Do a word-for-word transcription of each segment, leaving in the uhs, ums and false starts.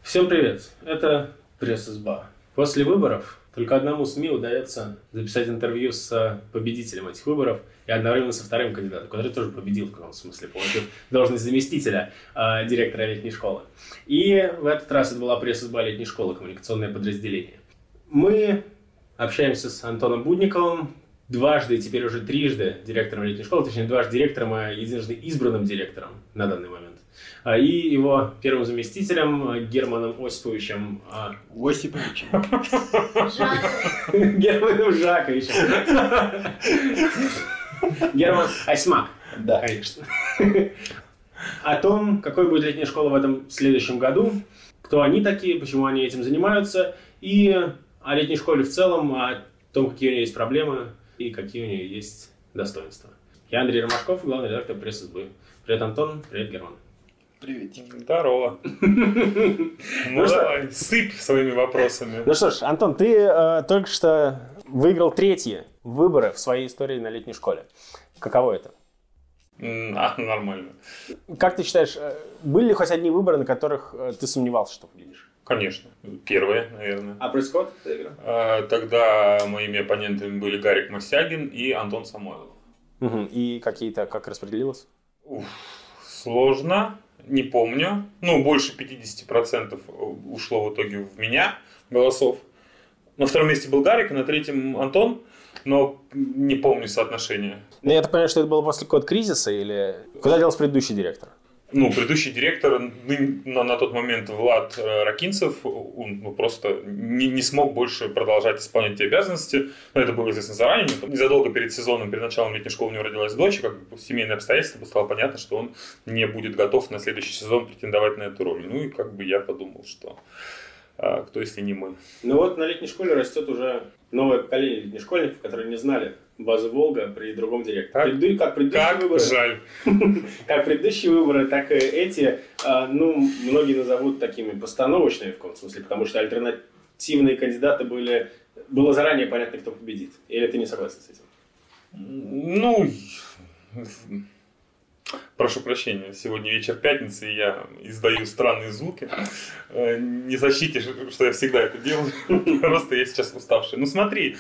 Всем привет, это пресс-изба. После выборов только одному СМИ удается записать интервью с победителем этих выборов и одновременно со вторым кандидатом, который тоже победил в каком-то смысле, получив должность заместителя э, директора летней школы. И в этот раз это была пресс-изба летней школы, коммуникационное подразделение. Мы общаемся с Антоном Будниковым, дважды, теперь уже трижды директором летней школы, точнее дважды директором, а единожды избранным директором на данный момент. И его первым заместителем Германом Осиповичем... Осиповичем. Германом Жаковичем. Герман Осьмак. Да. Конечно. О том, какой будет летняя школа в этом следующем году, кто они такие, почему они этим занимаются, и о летней школе в целом, о том, какие у нее есть проблемы и какие у нее есть достоинства. Я Андрей Ромашков, главный редактор пресс-избы. Привет, Антон. Привет, Герман. Приветик. Здорово. Ну давай, сыпь своими вопросами. Ну что ж, Антон, ты э, только что выиграл третьи выборы в своей истории на летней школе. Каково это? А, нормально. Как ты считаешь, были ли хоть одни выборы, на которых ты сомневался, что победишь? Конечно. Первые, наверное. А происход ты играл? А, тогда моими оппонентами были Гарик Мосягин и Антон Самойлов. Угу. И какие-то, как распределилось? Уф, сложно. Не помню. Ну, больше пятьдесят процентов ушло в итоге в меня голосов. На втором месте был Гарик, на третьем Антон, но не помню соотношение. Ну, я так понимаю, что это было после какого-то кризиса, или куда делся предыдущий директор? Ну, предыдущий директор, на, на тот момент Влад Ракинцев, он ну, просто не, не смог больше продолжать исполнять эти обязанности. Но это было известно заранее. Незадолго перед сезоном, перед началом летней школы у него родилась дочь. Как бы семейные обстоятельства, стало понятно, что он не будет готов на следующий сезон претендовать на эту роль. Ну и как бы я подумал, что а, кто если не мы. Ну вот на летней школе растет уже новое поколение летних школьников, которые не знали базу Волга при другом директоре. Как, Преду... как предыдущие как выборы, жаль. Как предыдущие выборы, так и эти, ну, многие назовут такими постановочными в каком-то смысле, потому что альтернативные кандидаты были, было заранее понятно, кто победит. Или ты не согласен с этим? Ну, прошу прощения, сегодня вечер пятницы, и я издаю странные звуки. Не защите, что я всегда это делаю, просто я сейчас уставший. Ну смотри,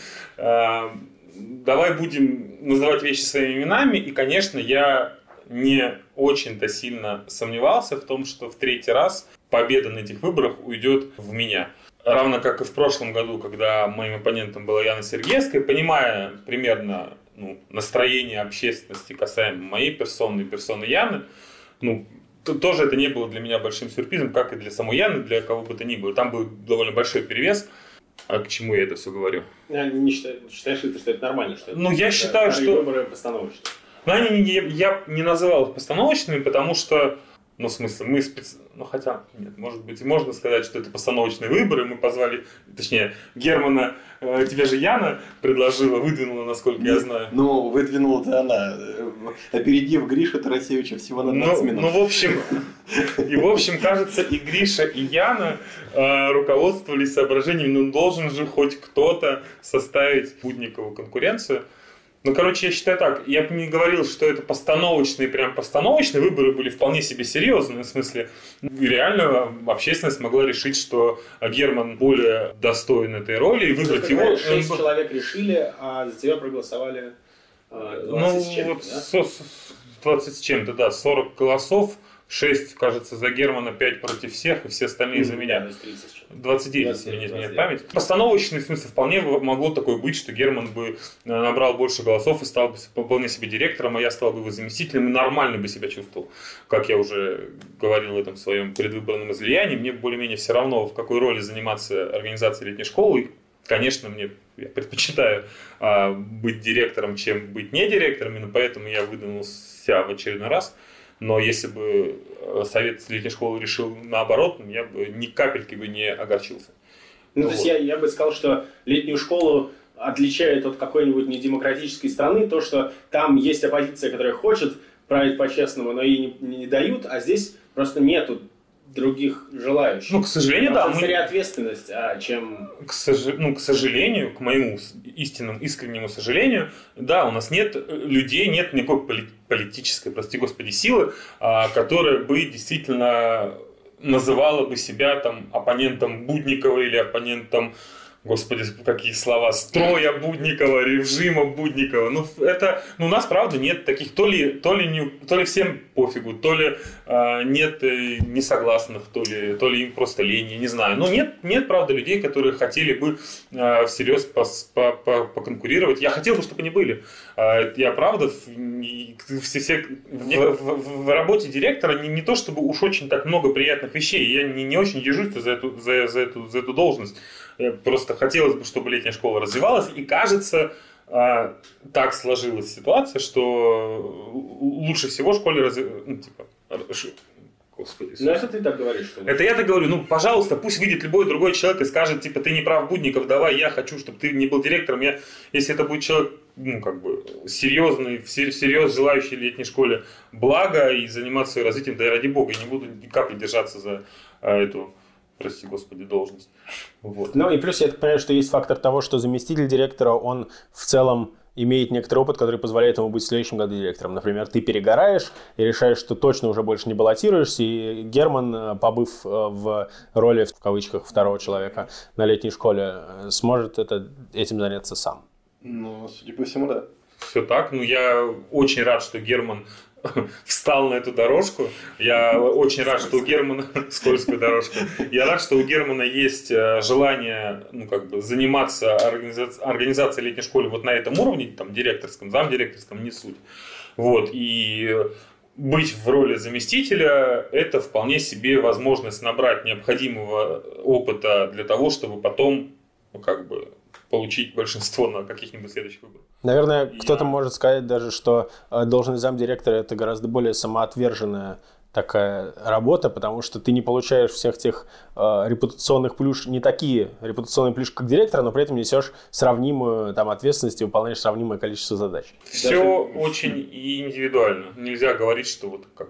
давай будем называть вещи своими именами. И, конечно, я не очень-то сильно сомневался в том, что в третий раз победа на этих выборах уйдет в меня. Равно как и в прошлом году, когда моим оппонентом была Яна Сергеевская, понимая примерно ну, настроение общественности касаемо моей персоны и персоны Яны, ну, то, тоже это не было для меня большим сюрпризом, как и для самой Яны, для кого бы то ни было. Там был довольно большой перевес. А к чему я это все говорю? Я не считаю, считаешь ли ты, что это нормально? Что это, ну, я считаю, что... выборы постановочные. Но они, я, я не называл их постановочными, потому что, ну, в смысле, мы специ... Ну, хотя, нет, может быть, можно сказать, что это постановочные выборы. Мы позвали, точнее, Германа, э, тебе же Яна предложила, выдвинула, насколько я знаю. Ну, выдвинула-то она, опередив Гришу Тарасевича всего на двадцать ну, минут. Ну, в общем, и, в общем, кажется, и Гриша, и Яна э, руководствовались соображениями, ну, должен же хоть кто-то составить Будникову конкуренцию. Ну, короче, я считаю так, я бы не говорил, что это постановочные, прям постановочные, выборы были вполне себе серьезные, в смысле, реально общественность могла решить, что Герман более достоин этой роли и выбрать ну, его. шесть человек решили, а за тебя проголосовали двадцать ну, с чем-то, вот да? двадцать с чем-то, да, сорок голосов, шесть, кажется, за Германа, пять против всех, и все остальные за меня. двадцать девять, если мне не изменяет память. Постановочный смысл вполне могло такое быть, что Герман бы набрал больше голосов и стал бы вполне себе директором, а я стал бы его заместителем и нормально бы себя чувствовал. Как я уже говорил в этом своем предвыборном излиянии, мне более-менее все равно, в какой роли заниматься организацией летней школы. Конечно, мне я предпочитаю а, быть директором, чем быть не директором, именно поэтому я выдвинулся в очередной раз. Но если бы совет летней школы решил наоборот, я бы ни капельки бы не огорчился. Ну, ну, то вот. есть я, я бы сказал, что летнюю школу отличает от какой-нибудь недемократической страны то, что там есть оппозиция, которая хочет править по-честному, но ей не, не дают, а здесь просто нету других желающих. Ну, к сожалению, да. Это скорее мы... ответственность, а чем... К, сож... ну, к сожалению, к моему истинному, искреннему сожалению, да, у нас нет людей, нет никакой поли... политической, прости господи, силы, а, которая бы действительно называла бы себя там оппонентом Будникова или оппонентом, господи, какие слова, строя Будникова, режима Будникова. Ну, это, ну, у нас, правда, нет таких, то ли, то ли, не, то ли всем пофигу, то ли э, нет э, несогласных, то ли, то ли им просто лень, я не знаю. Но нет, нет, правда, людей, которые хотели бы э, всерьез пос, по, по, поконкурировать. Я хотел бы, чтобы они были. Э, я, правда, в, все, все, в, в, в работе директора не, не то, чтобы уж очень так много приятных вещей. Я не, не очень держусь за эту, за, за, эту, за эту должность. Просто хотелось бы, чтобы летняя школа развивалась, и кажется, так сложилась ситуация, что лучше всего в школе развивается, ну, типа, господи. Ну, это ты так говоришь, что ли? Это я так говорю, ну, пожалуйста, пусть выйдет любой другой человек и скажет, типа, ты не прав, Будников, давай, я хочу, чтобы ты не был директором, я, если это будет человек, ну, как бы, серьезный, всерьез желающий летней школе блага и заниматься своим развитием, да и ради бога, я не буду ни капли держаться за эту, прости господи, должность. Вот. Ну и плюс я так понимаю, что есть фактор того, что заместитель директора, он в целом имеет некоторый опыт, который позволяет ему быть в следующем году директором. Например, ты перегораешь и решаешь, что точно уже больше не баллотируешься, и Герман, побыв в роли, в кавычках, второго человека на летней школе, сможет это, этим заняться сам. Ну, судя по всему, да. Все так. Ну, я очень рад, что Герман встал на эту дорожку. Я очень рад, что у Германа скользкую дорожку. Я рад, что у Германа есть желание, ну, как бы, заниматься организацией, организацией летней школы вот на этом уровне, там, директорском, замдиректорском, не суть. Вот. И быть в роли заместителя – это вполне себе возможность набрать необходимого опыта для того, чтобы потом, ну, как бы, получить большинство на каких-нибудь следующих выборах. Наверное, Я... кто-то может сказать даже, что должность замдиректора – это гораздо более самоотверженная такая работа, потому что ты не получаешь всех тех э, репутационных плюш, не такие репутационные плюшки, как директор, но при этом несешь сравнимую там, ответственность и выполняешь сравнимое количество задач. Все даже... очень индивидуально. Нельзя говорить, что вот как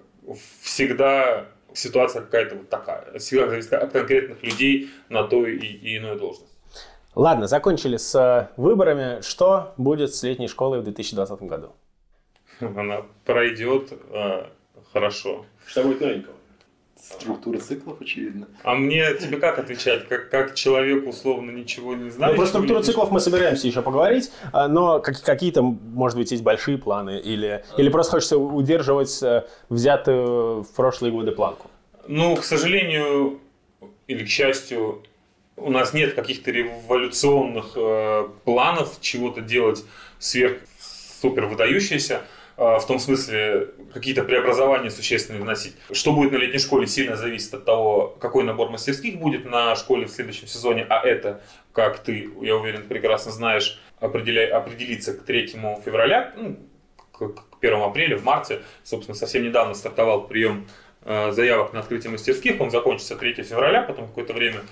всегда ситуация какая-то вот такая. Всегда зависит от конкретных людей на той и иной должности. Ладно, закончили с выборами. Что будет с летней школой в две тысячи двадцатом году? Она пройдет э, хорошо. Что будет новенького? Структура циклов, очевидно. А мне тебе как отвечать? Как, как человек условно ничего не знает? Ну, про структуру циклов мы собираемся еще поговорить, но какие-то, может быть, есть большие планы или, или просто хочется удерживать взятую в прошлые годы планку? Ну, к сожалению или к счастью, у нас нет каких-то революционных э, планов чего-то делать сверх супер выдающееся. Э, в том смысле, какие-то преобразования существенные вносить. Что будет на летней школе, сильно зависит от того, какой набор мастерских будет на школе в следующем сезоне. А это, как ты, я уверен, прекрасно знаешь, определя... определиться к третьему февраля, ну, к первому апреля, в марте. Собственно, совсем недавно стартовал прием э, заявок на открытие мастерских. Он закончится третьего февраля, потом какое-то время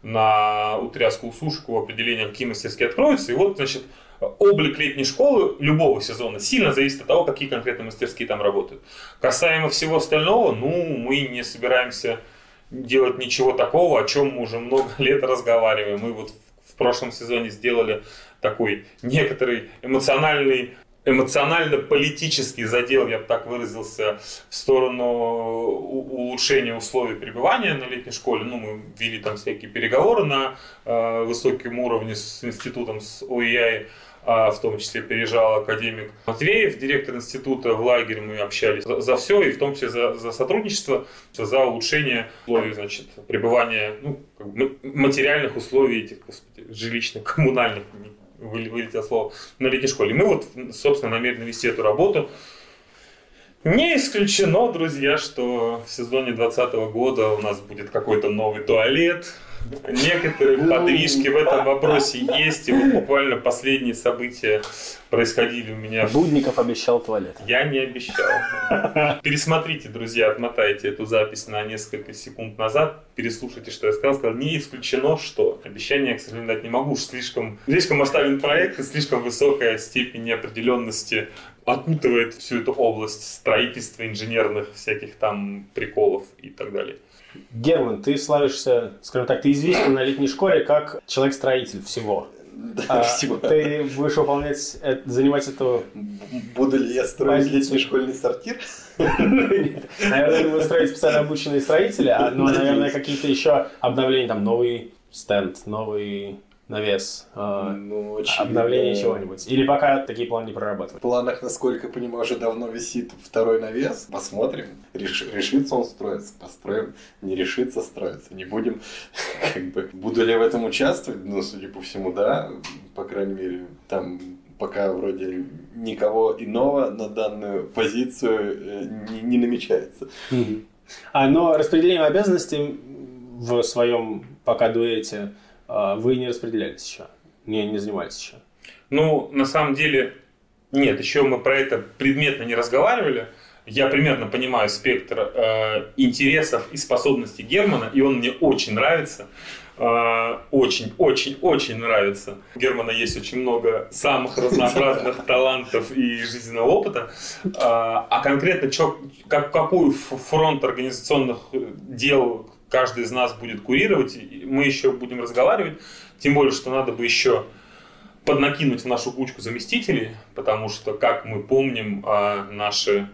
на утряску, усушку, определение, какие мастерские откроются. И вот, значит, облик летней школы любого сезона сильно зависит от того, какие конкретно мастерские там работают. Касаемо всего остального, ну, мы не собираемся делать ничего такого, о чем мы уже много лет разговариваем. Мы вот в прошлом сезоне сделали такой некоторый эмоциональный эмоционально-политический задел, я бы так выразился, в сторону улучшения условий пребывания на летней школе. Ну, мы вели там всякие переговоры на э, высоком уровне с институтом, с о и ай, а в том числе переезжал академик Матвеев, директор института, в лагерь мы общались за, за все, и в том числе за, за сотрудничество, за улучшение условий, значит, пребывания, ну, как бы материальных условий этих, господи, жилищных, коммунальных, вылетело слово, на летней школе. Мы вот, собственно, намерены вести эту работу. Не исключено, друзья, что в сезоне двадцатого года у нас будет какой-то новый туалет. Некоторые подвижки в этом вопросе есть. И вот буквально последние события происходили у меня. Будников обещал туалет. Я не обещал. Пересмотрите, друзья, отмотайте эту запись на несколько секунд назад. Переслушайте, что я сказал. Сказал, не исключено, что. Обещания я, к сожалению, дать не могу. Уж слишком, слишком масштабен проект и слишком высокая степень неопределенности окутывает всю эту область строительства, инженерных всяких там приколов и так далее. Герман, ты славишься, скажем так, ты известен на летней школе как человек-строитель всего. Да, А, всего. ты будешь выполнять, э, занимать эту... Буду ли я строить Позицию. летний школьный сортир? Наверное, будут строить специально обученные строители, а, но, Надеюсь. наверное, какие-то еще обновления, там, новый стенд, новый навес, э, Ну, очевидно. обновление чего-нибудь. Или пока такие планы не прорабатывают. В планах, насколько я понимаю, уже давно висит второй навес. Посмотрим. Реш- решится он строиться, построим. Не решится строиться. Не будем. Как бы. Буду ли я в этом участвовать? Ну, судя по всему, да. По крайней мере, там пока вроде никого иного на данную позицию э, не, не намечается. А, но распределением обязанностей в своем пока дуэте э, вы не распределялись еще, не, не занимались еще. Ну, на самом деле, нет, еще мы про это предметно не разговаривали. Я примерно понимаю спектр э, интересов и способностей Германа, и он мне очень нравится. Очень-очень-очень нравится. У Германа есть очень много самых разнообразных талантов и жизненного опыта. А конкретно, чё, как, какую фронт организационных дел каждый из нас будет курировать, мы еще будем разговаривать. Тем более, что надо бы еще поднакинуть в нашу кучку заместителей, потому что, как мы помним, наши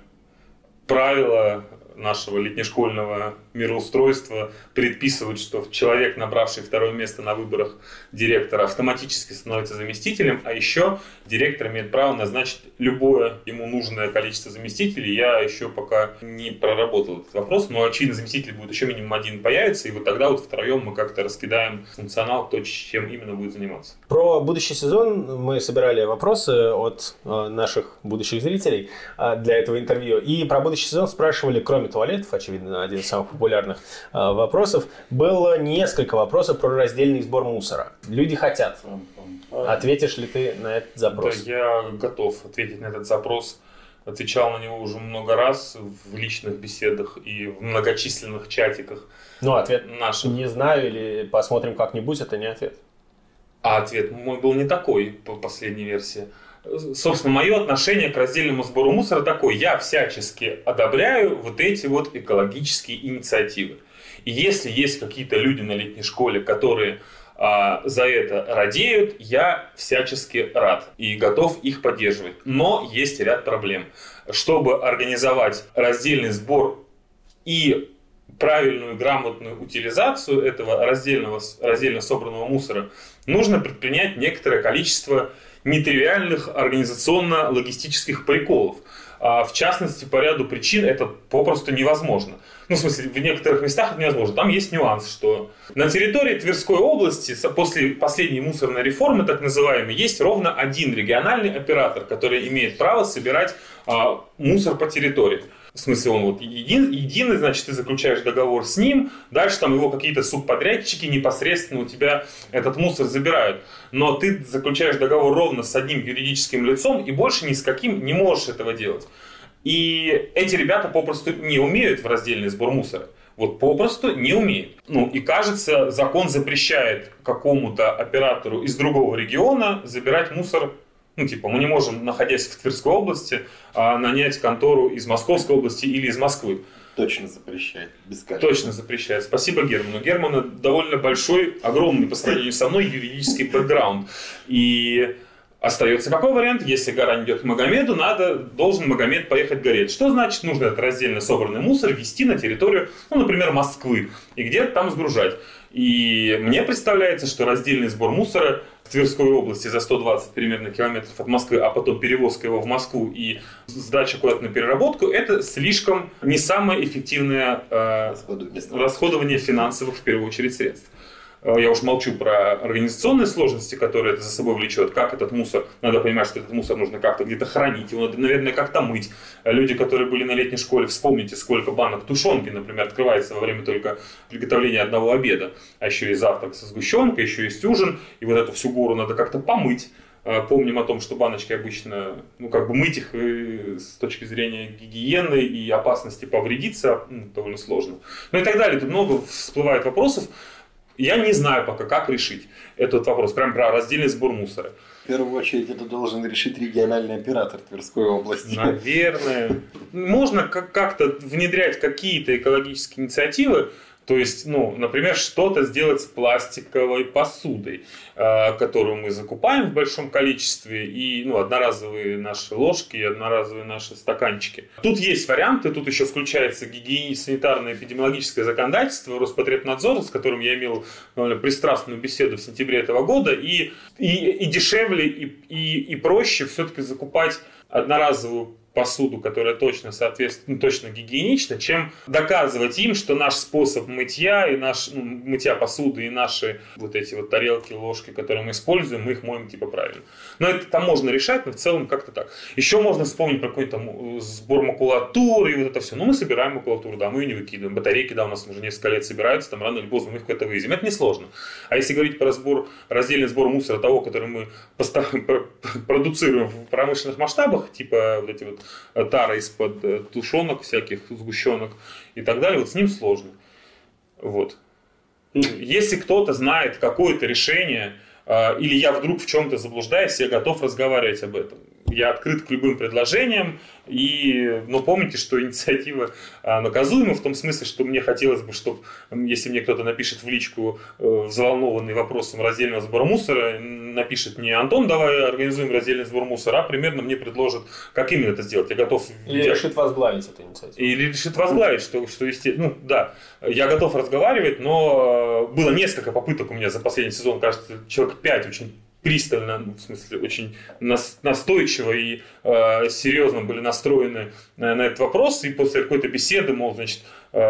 правила нашего летнешкольного мироустройства предписывают, что человек, набравший второе место на выборах директора, автоматически становится заместителем, а еще директор имеет право назначить любое ему нужное количество заместителей. Я еще пока не проработал этот вопрос, но, очевидно, заместитель будет еще минимум один появится, и вот тогда вот втроем мы как-то раскидаем функционал, кто чем именно будет заниматься. Про будущий сезон мы собирали вопросы от э, наших будущих зрителей э, для этого интервью. И про будущий сезон спрашивали, кроме туалетов, очевидно, один из самых популярных э, вопросов, было несколько вопросов про раздельный сбор мусора. Люди хотят. Ответишь ли ты на этот запрос? Да, я готов ответить на этот запрос. Отвечал на него уже много раз в личных беседах и в многочисленных чатиках. Ну, ответ наших. Не знаю или посмотрим как-нибудь, это не ответ. А ответ мой был не такой по последней версии. Собственно, мое отношение к раздельному сбору мусора такое. Я всячески одобряю вот эти вот экологические инициативы. И если есть какие-то люди на летней школе, которые а, за это радеют, я всячески рад и готов их поддерживать. Но есть ряд проблем. Чтобы организовать раздельный сбор и правильную, грамотную утилизацию этого раздельного, раздельно собранного мусора, нужно предпринять некоторое количество нетривиальных организационно-логистических приколов. А в частности, по ряду причин это попросту невозможно. Ну, в смысле, в некоторых местах это невозможно. Там есть нюанс, что на территории Тверской области после последней мусорной реформы, так называемой, есть ровно один региональный оператор, который имеет право собирать а, мусор по территории. В смысле, он вот един, единый, значит, ты заключаешь договор с ним, дальше там его какие-то субподрядчики непосредственно у тебя этот мусор забирают. Но ты заключаешь договор ровно с одним юридическим лицом и больше ни с каким не можешь этого делать. И эти ребята попросту не умеют в раздельный сбор мусора. Вот попросту не умеют. Ну и кажется, закон запрещает какому-то оператору из другого региона забирать мусор. Ну, типа, мы не можем, находясь в Тверской области, нанять контору из Московской области или из Москвы. Точно запрещает. Без каждого. Точно запрещает. Спасибо Герману. У Германа довольно большой, огромный по сравнению со мной юридический бэкграунд. И остается какой вариант? Если гора идет к Магомеду, надо, должен Магомед поехать гореть. Что значит? Нужно этот раздельно собранный мусор везти на территорию, ну, например, Москвы. И где-то там сгружать. И мне представляется, что раздельный сбор мусора в Тверской области за сто двадцать примерно километров от Москвы, а потом перевозка его в Москву и сдача куда-то на переработку, это слишком не самое эффективное э, расходование финансовых, в первую очередь, средств. Я уж молчу про организационные сложности, которые это за собой влечет. Как этот мусор, надо понимать, что этот мусор нужно как-то где-то хранить, его надо, наверное, как-то мыть. Люди, которые были на летней школе, вспомните, сколько банок тушенки, например, открывается во время только приготовления одного обеда. А еще и завтрак со сгущенкой, еще есть ужин, и вот эту всю гору надо как-то помыть. Помним о том, что баночки обычно, ну, как бы мыть их с точки зрения гигиены и опасности повредиться, ну, довольно сложно. Ну и так далее. Тут много всплывает вопросов. Я не знаю пока, как решить этот вопрос, прям про раздельный сбор мусора. В первую очередь это должен решить региональный оператор Тверской области. Наверное. Можно как-то внедрять какие-то экологические инициативы, То есть, ну, например, что-то сделать с пластиковой посудой, э, которую мы закупаем в большом количестве, и, ну, одноразовые наши ложки и одноразовые наши стаканчики. Тут есть варианты, тут еще включается гигиенично-санитарное эпидемиологическое законодательство, Роспотребнадзор, с которым я имел довольно пристрастную беседу в сентябре этого года, и, и, и дешевле, и, и, и проще все-таки закупать одноразовую посуду, которая точно соответствует, ну, точно гигиенична, чем доказывать им, что наш способ мытья и наш, ну, мытья посуды и наши вот эти вот тарелки, ложки, которые мы используем, мы их моем типа правильно. Но это там можно решать, но в целом как-то так. Еще можно вспомнить про какой-то там сбор макулатуры и вот это все. Ну, мы собираем макулатуру, да, мы ее не выкидываем. Батарейки, да, у нас уже несколько лет собираются, там рано или поздно мы их куда-то вывезем. Это несложно. А если говорить про сбор, раздельный сбор мусора того, который мы продуцируем в промышленных масштабах, типа вот эти вот тара из-под тушенок всяких, сгущенок и так далее, вот с ним сложно. Вот. Если кто-то знает какое-то решение, или я вдруг в чем-то заблуждаюсь, я готов разговаривать об этом. Я открыт к любым предложениям, и, но помните, что инициатива наказуема в том смысле, что мне хотелось бы, чтобы, если мне кто-то напишет в личку взволнованный вопросом раздельного сбора мусора, напишет не Антон, давай организуем раздельный сбор мусора, а примерно мне предложит, как именно это сделать. Я готов... Или я... решит возглавить эту инициативу. Или решит возглавить, что, что естественно, ну да, я готов разговаривать, но было несколько попыток у меня за последний сезон, кажется, человек пять очень пристально, ну, в смысле, очень настойчиво и э, серьезно были настроены на, на этот вопрос. И после какой-то беседы, мол, значит,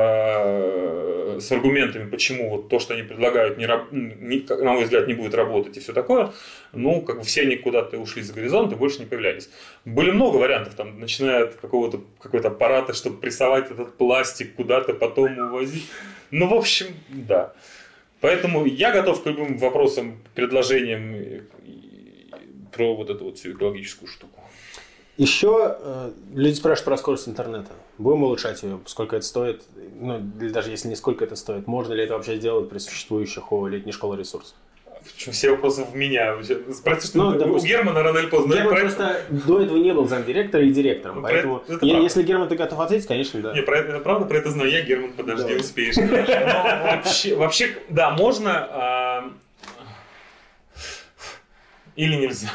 э, с аргументами, почему вот то, что они предлагают, не, не, на мой взгляд, не будет работать и все такое, ну, как бы все они куда-то ушли за горизонт и больше не появлялись. Были много вариантов, там, начиная от какого-то какого-то аппарата, чтобы прессовать этот пластик, куда-то потом увозить. Ну, в общем, да. Поэтому я готов к любым вопросам, предложениям про вот эту вот всю экологическую штуку. Еще э, люди спрашивают про скорость интернета. Будем улучшать ее, сколько это стоит? Ну, или даже если не сколько это стоит, можно ли это вообще сделать при существующих у летней школы ресурсах? Почему все вопросы в меня? Спроси, что ну, у допустим, Германа рано или поздно. Герман про... просто до этого не был замдиректора и директором. Ну, поэтому, это, это я, если Герман ты готов ответить, конечно, да. Не, про это, это правда, про это знаю я, Герман, подожди, Давай. успеешь. Но вообще, вообще, да, можно а... или нельзя.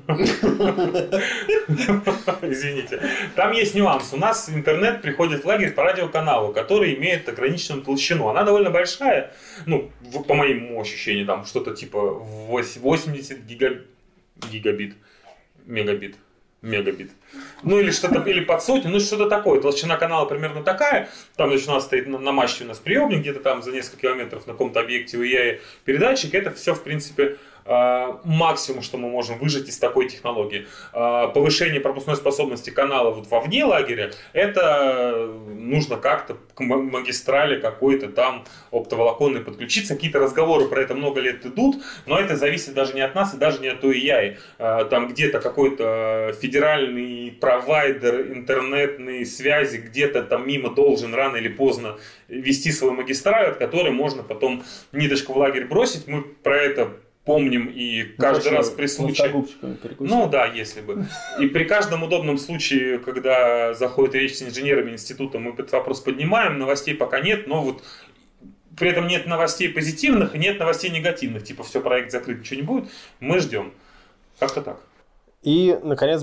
Извините. Там есть нюанс. У нас интернет приходит в лагерь по радиоканалу, который имеет ограниченную толщину. Она довольно большая. Ну, по моему ощущению, там что-то типа восемьдесят гигабит. Мегабит. Мегабит. Ну или что-то, или под сотню, ну что-то такое. Толщина канала примерно такая. Там, значит, у нас стоит на, на мачте у нас приемник, где-то там за несколько километров на каком-то объекте у ИАИ передатчик. Это все, в принципе, максимум, что мы можем выжать из такой технологии. Повышение пропускной способности канала вот вовне лагеря, это нужно как-то к магистрали какой-то там оптоволоконной подключиться. Какие-то разговоры про это много лет идут, но это зависит даже не от нас и даже не от ОИАИ. Там где-то какой-то федеральный провайдер интернетной связи где-то там мимо должен рано или поздно вести свою магистраль, от которой можно потом ниточку в лагерь бросить. Мы про это помним и каждый ну, раз при случае... Ну да, если бы. И при каждом удобном случае, когда заходит речь с инженерами института, мы этот вопрос поднимаем, новостей пока нет, но вот при этом нет новостей позитивных и нет новостей негативных, типа все, проект закрыт, ничего не будет, мы ждем. Как-то так. И, наконец,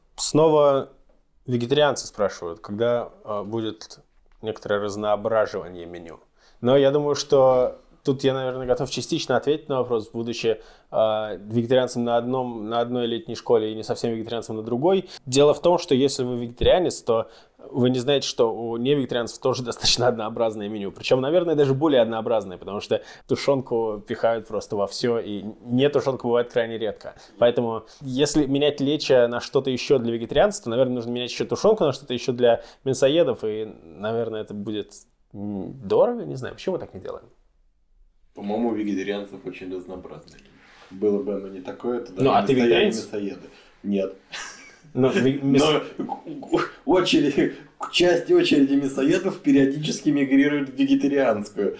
снова вегетарианцы спрашивают, когда э, будет некоторое разноображивание меню. Но я думаю, что тут я, наверное, готов частично ответить на вопрос, будучи э, вегетарианцем на, одном, на одной летней школе и не совсем вегетарианцем на другой. Дело в том, что если вы вегетарианец, то вы не знаете, что у невегетарианцев тоже достаточно однообразное меню. Причем, наверное, даже более однообразное, потому что тушенку пихают просто во все, и не тушенку бывает крайне редко. Поэтому, если менять лечо на что-то еще для вегетарианцев, то, наверное, нужно менять еще тушенку на что-то еще для мясоедов, и, наверное, это будет дорого, не знаю, почему мы так не делаем. По-моему, у вегетарианцев очень разнообразное. Было бы оно не такое, то даже ну, а ты вегетарианец? Мясоеды. Нет. Но, Но очередь, часть очереди мясоедов периодически мигрирует в вегетарианскую.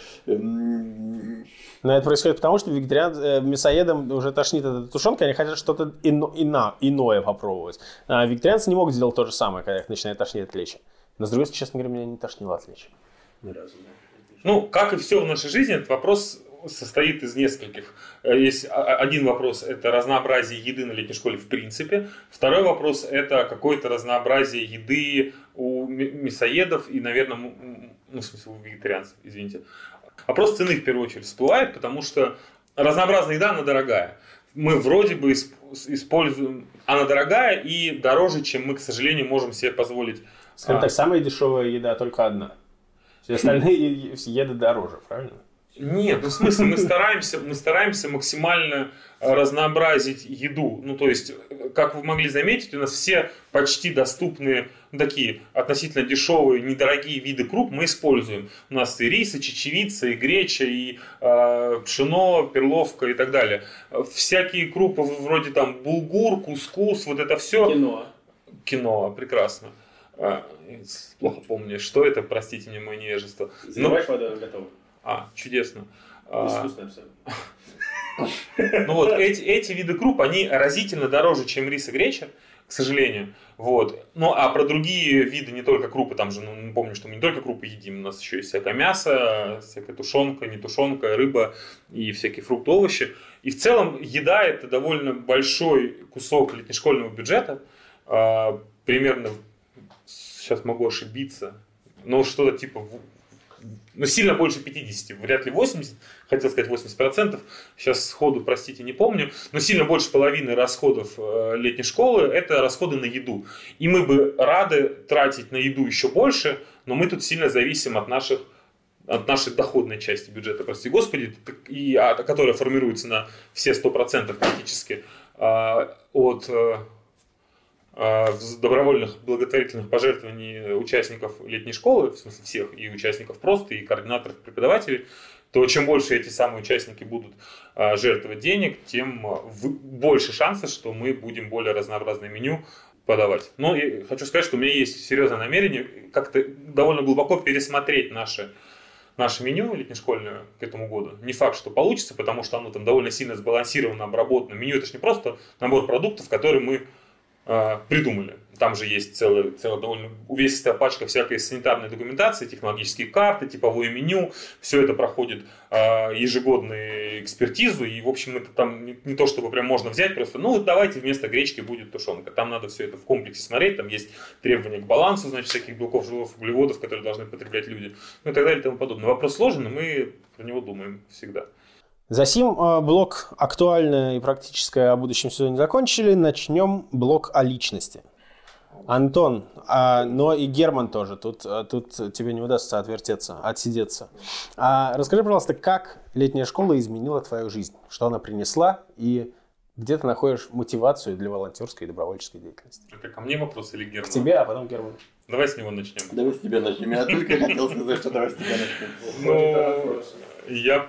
Но это происходит потому, что вегетариан, мясоедам уже тошнит от этой тушенки, они хотят что-то ино, ино, иное попробовать. А вегетарианцы не могут сделать то же самое, когда их начинает тошнить от лечи. Но с другой стороны, честно говоря, меня не тошнило от лечи. Ни разу, да. Ну, как и все в нашей жизни, этот вопрос состоит из нескольких. Есть один вопрос – это разнообразие еды на летней школе в принципе. Второй вопрос – это какое-то разнообразие еды у мясоедов и, наверное, ну, в смысле, у вегетарианцев, извините. Вопрос цены в первую очередь всплывает, потому что разнообразная еда, она дорогая. Мы вроде бы используем, она дорогая и дороже, чем мы, к сожалению, можем себе позволить. Скажем а... так, самая дешевая еда только одна. Все остальные еды дороже, правильно? Нет, ну в смысле, мы стараемся, мы стараемся максимально разнообразить еду. Ну, то есть, как вы могли заметить, у нас все почти доступные, ну, такие относительно дешевые, недорогие виды круп мы используем. У нас и рис, и чечевица, и греча, и э, пшено, перловка и так далее. Всякие крупы вроде там булгур, кускус, вот это все. Киноа. Киноа, прекрасно. Плохо помню, что это, простите мне мое невежество. Заливаешь Но... водой, готово. А, чудесно. Вкусно абсолютно. Ну вот, эти, эти виды круп, они разительно дороже, чем рис и греча, к сожалению. Вот. Ну, а про другие виды, не только крупы, там же, ну, помню, что мы не только крупы едим, у нас еще есть всякое мясо, всякая тушенка, не тушенка, рыба и всякие фрукты, овощи. И в целом еда – это довольно большой кусок летнешкольного бюджета, примерно, сейчас могу ошибиться, но что-то типа... Ну, сильно больше пятьдесят, вряд ли восемьдесят, хотел сказать восемьдесят процентов, сейчас сходу, простите, не помню, но сильно больше половины расходов летней школы – это расходы на еду. И мы бы рады тратить на еду еще больше, но мы тут сильно зависим от наших от нашей доходной части бюджета, прости господи, и, которая формируется на все сто процентов практически от добровольных благотворительных пожертвований участников летней школы, в смысле всех, и участников просто, и координаторов, и преподавателей, то чем больше эти самые участники будут жертвовать денег, тем больше шансов, что мы будем более разнообразное меню подавать. Но я хочу сказать, что у меня есть серьезное намерение как-то довольно глубоко пересмотреть наше, наше меню летнешкольное к этому году. Не факт, что получится, потому что оно там довольно сильно сбалансировано, обработано. Меню – это же не просто набор продуктов, которые мы придумали. Там же есть целая, целая довольно увесистая пачка всякой санитарной документации, технологические карты, типовое меню. Все это проходит э, ежегодную экспертизу. И, в общем, это там не, не то, чтобы прям можно взять просто, ну, давайте вместо гречки будет тушенка. Там надо все это в комплексе смотреть. Там есть требования к балансу, значит, всяких белков, жиров, углеводов, которые должны потреблять люди. Ну и так далее и тому подобное. Вопрос сложный, мы про него думаем всегда. Засим блок актуальное и практическое о будущем сезоне закончили. Начнем блок о личности. Антон, а, но и Герман тоже. Тут, тут тебе не удастся отвертеться, отсидеться. А, расскажи, пожалуйста, как летняя школа изменила твою жизнь? Что она принесла и где ты находишь мотивацию для волонтерской и добровольческой деятельности? Это ко мне вопрос или Герман? К тебе, а потом Герман. Давай с него начнем. Давай с тебя начнем. Я только хотел сказать, что давай с тебя начнем. Ну, я...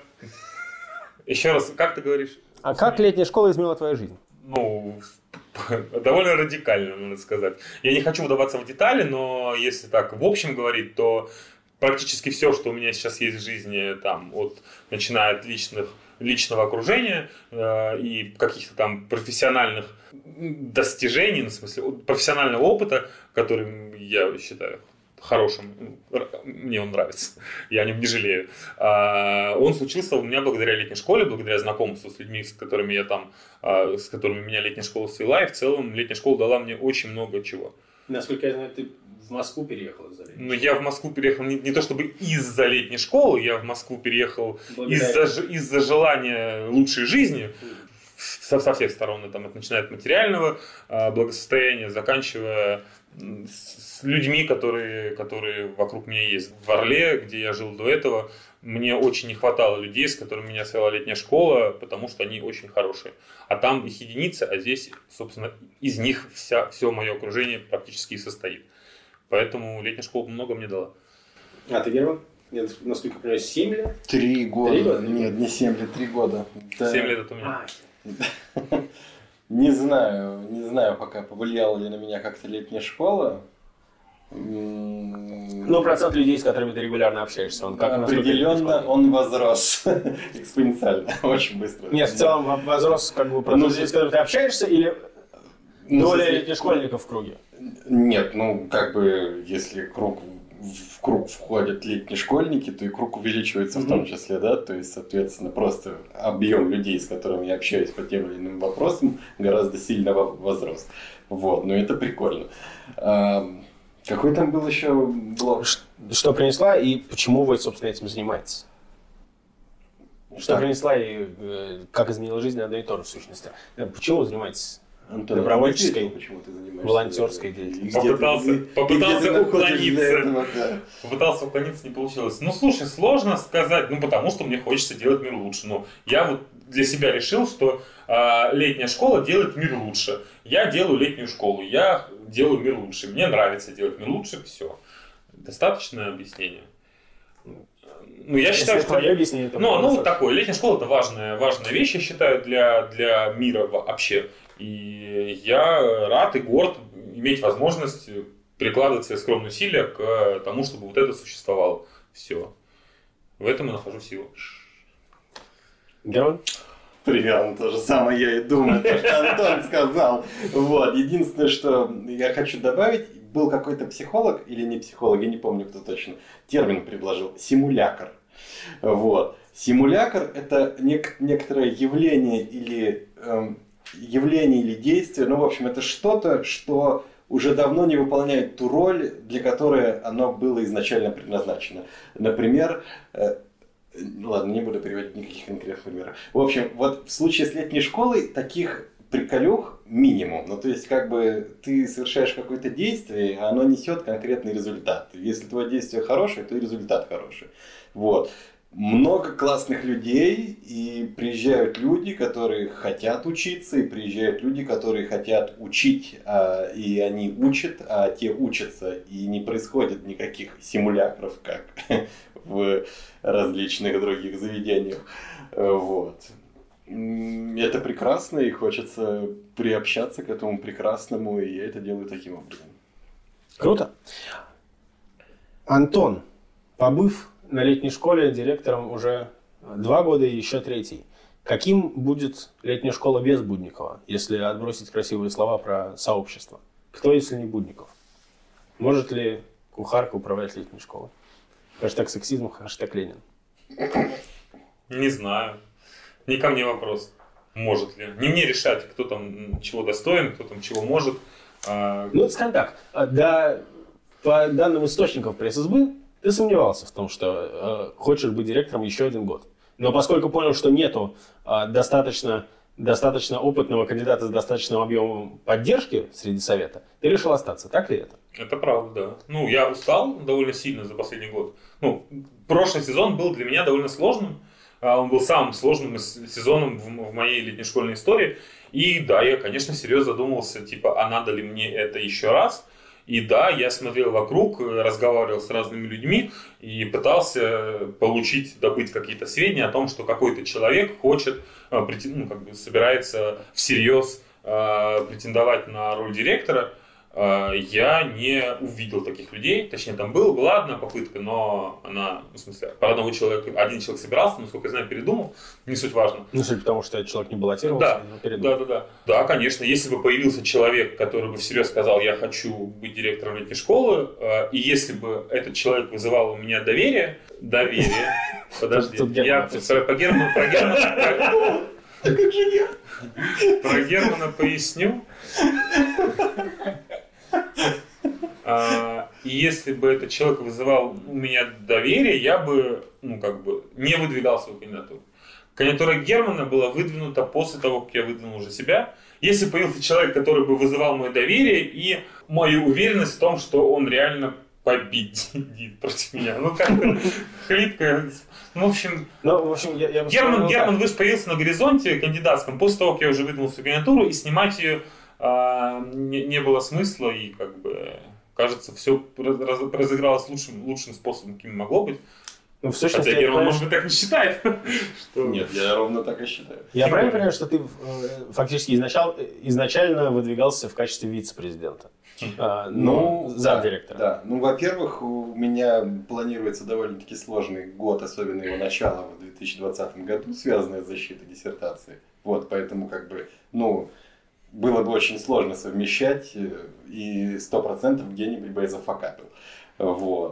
Еще раз, как ты говоришь? А как летняя школа изменила твою жизнь? Ну, довольно радикально, надо сказать. Я не хочу вдаваться в детали, но если так в общем говорить, то практически все, что у меня сейчас есть в жизни, там, от, начиная от личных, личного окружения э, и каких-то там профессиональных достижений, ну, в смысле, профессионального опыта, который я считаю хорошим, мне он нравится, я о нем не жалею. Он случился у меня благодаря летней школе, благодаря знакомству с людьми, с которыми я там, с которыми меня летняя школа свела, и в целом летняя школа дала мне очень много чего. Насколько я знаю, ты в Москву переехал из-за летней школы? Ну, я в Москву переехал не, не то чтобы из-за летней школы, я в Москву переехал из-за, из-за желания лучшей жизни. Со, со всех сторон, там, начиная от материального благосостояния, заканчивая с людьми, которые, которые вокруг меня есть. В Орле, где я жил до этого, мне очень не хватало людей, с которыми меня свела летняя школа, потому что они очень хорошие. А там их единицы, а здесь, собственно, из них вся, все мое окружение практически и состоит. Поэтому летняя школа много мне дала. А ты, Герман? Нет, насколько я понимаю, семь лет? Три года. Три года? Нет, не семь лет, три года. Семь лет это у меня. А. Не знаю, не знаю пока, повлияла ли на меня как-то летняя школа. Ну, процент людей, с которыми ты регулярно общаешься, он как? Определенно он возрос экспоненциально, очень быстро. Нет, в целом возрос как бы процент людей, с которыми ты общаешься, или доля летних школьников в круге? Нет, ну, как бы, если круг в круг входят летние школьники, то и круг увеличивается mm-hmm. в том числе, да, то есть, соответственно, просто объем людей, с которыми я общаюсь по тем или иным вопросам, гораздо сильно возрос. Вот, ну это прикольно. А, какой там был еще блок? Что принесла и почему вы, собственно, этим занимаетесь? Что так. принесла и э, как изменила жизнь, одно и то же в сущности. Почему вы занимаетесь? Антон, добровольческой, почему ты занимаешься волонтерской деятельностью. Попытался, попытался уклониться. Этого, да. Попытался уклониться, не получилось. Ну, слушай, сложно сказать, ну, потому что мне хочется делать мир лучше. Ну, я вот для себя решил, что э, летняя школа делает мир лучше. Я делаю летнюю школу, я делаю мир лучше. Мне нравится делать мир лучше, все. Достаточное объяснение. Ну, я считаю, что... Объяснение, ну, ну, вот такое. Летняя школа – это важная, важная вещь, я считаю, для, для мира вообще. И я рад и горд иметь возможность прикладывать свои скромные усилия к тому, чтобы вот это существовало. Все. В этом и нахожу силу. Герман? Примерно то же самое я и думаю, то, что Антон сказал. Вот. Единственное, что я хочу добавить, был какой-то психолог, или не психолог, я не помню, кто точно, термин предложил, симулякр. Вот. Симулякр – это нек- некоторое явление или, эм, явление или действие, ну, в общем, это что-то, что уже давно не выполняет ту роль, для которой оно было изначально предназначено. Например, э, ну ладно, не буду приводить никаких конкретных примеров. В общем, вот в случае с летней школой таких приколюх минимум. Ну, то есть, как бы ты совершаешь какое-то действие, а оно несет конкретный результат. Если твое действие хорошее, то и результат хороший. Вот. Много классных людей, и приезжают люди, которые хотят учиться, и приезжают люди, которые хотят учить, а, и они учат, а те учатся, и не происходит никаких симулякров, как в различных других заведениях. Вот. Это прекрасно, и хочется приобщаться к этому прекрасному, и я это делаю таким образом. Круто. Антон, побыв на летней школе директором уже два года и еще третий, каким будет летняя школа без Будникова, если отбросить красивые слова про сообщество? Кто, если не Будников? Может ли кухарка управлять летней школой? Хэштег сексизм, хэштег Ленин. Не знаю. Не ко мне вопрос. Может ли. Не мне решать, кто там чего достоин, кто там чего может. А... Ну, скажем так, да, по данным источников пресс-избы, ты сомневался в том, что э, хочешь быть директором еще один год. Но поскольку понял, что нету э, достаточно, достаточно опытного кандидата с достаточным объемом поддержки среди совета, ты решил остаться. Так ли это? Это правда, да. Ну, я устал довольно сильно за последний год. Ну, прошлый сезон был для меня довольно сложным. Он был самым сложным сезоном в моей летней школьной истории. И да, я, конечно, серьезно задумался, типа, а надо ли мне это еще раз? И да, я смотрел вокруг, разговаривал с разными людьми и пытался получить, добыть какие-то сведения о том, что какой-то человек хочет, ну, как бы собирается всерьез претендовать на роль директора. Я не увидел таких людей, точнее там был, была одна попытка, но она, в смысле, по одного человека, один человек собирался, насколько я знаю, передумал, не суть важно. Ну, суть потому, что этот человек не баллотировался, да, но передумал. Да, да, да. Да, конечно, если бы появился человек, который бы всерьез сказал, я хочу быть директором летней школы, и если бы этот человек вызывал у меня доверие, доверие, подожди, я про Германа, про Германа, как же я? Про Германа поясню. А, и если бы этот человек вызывал у меня доверие, я бы, ну, как бы, не выдвигал свою кандидатуру. Кандидатура Германа была выдвинута после того, как я выдвинул уже себя. Если появился человек, который бы вызывал мое доверие и мою уверенность в том, что он реально победит против меня. Ну, как-то хлипко. Ну, в общем, ну, в общем я, я Герман, Герман выше появился на горизонте кандидатском после того, как я уже выдвинул свою кандидатуру, и снимать ее а, не, не было смысла, и как бы, кажется, все раз, разыгралось лучшим, лучшим способом, каким могло быть. Ну, в сущности, хотя Герман, может быть, так не считает. Что... Нет, я ровно так и считаю. Я правильно понимаю, что ты фактически изначал, изначально выдвигался в качестве вице-президента? А, ну, ну замдиректора. Да, да. Ну, во-первых, у меня планируется довольно-таки сложный год, особенно его начало в две тысячи двадцатом году, связанное с защитой диссертации. Вот, поэтому, как бы, ну, было бы очень сложно совмещать, и сто процентов где-нибудь бы я зафакапил. Вот.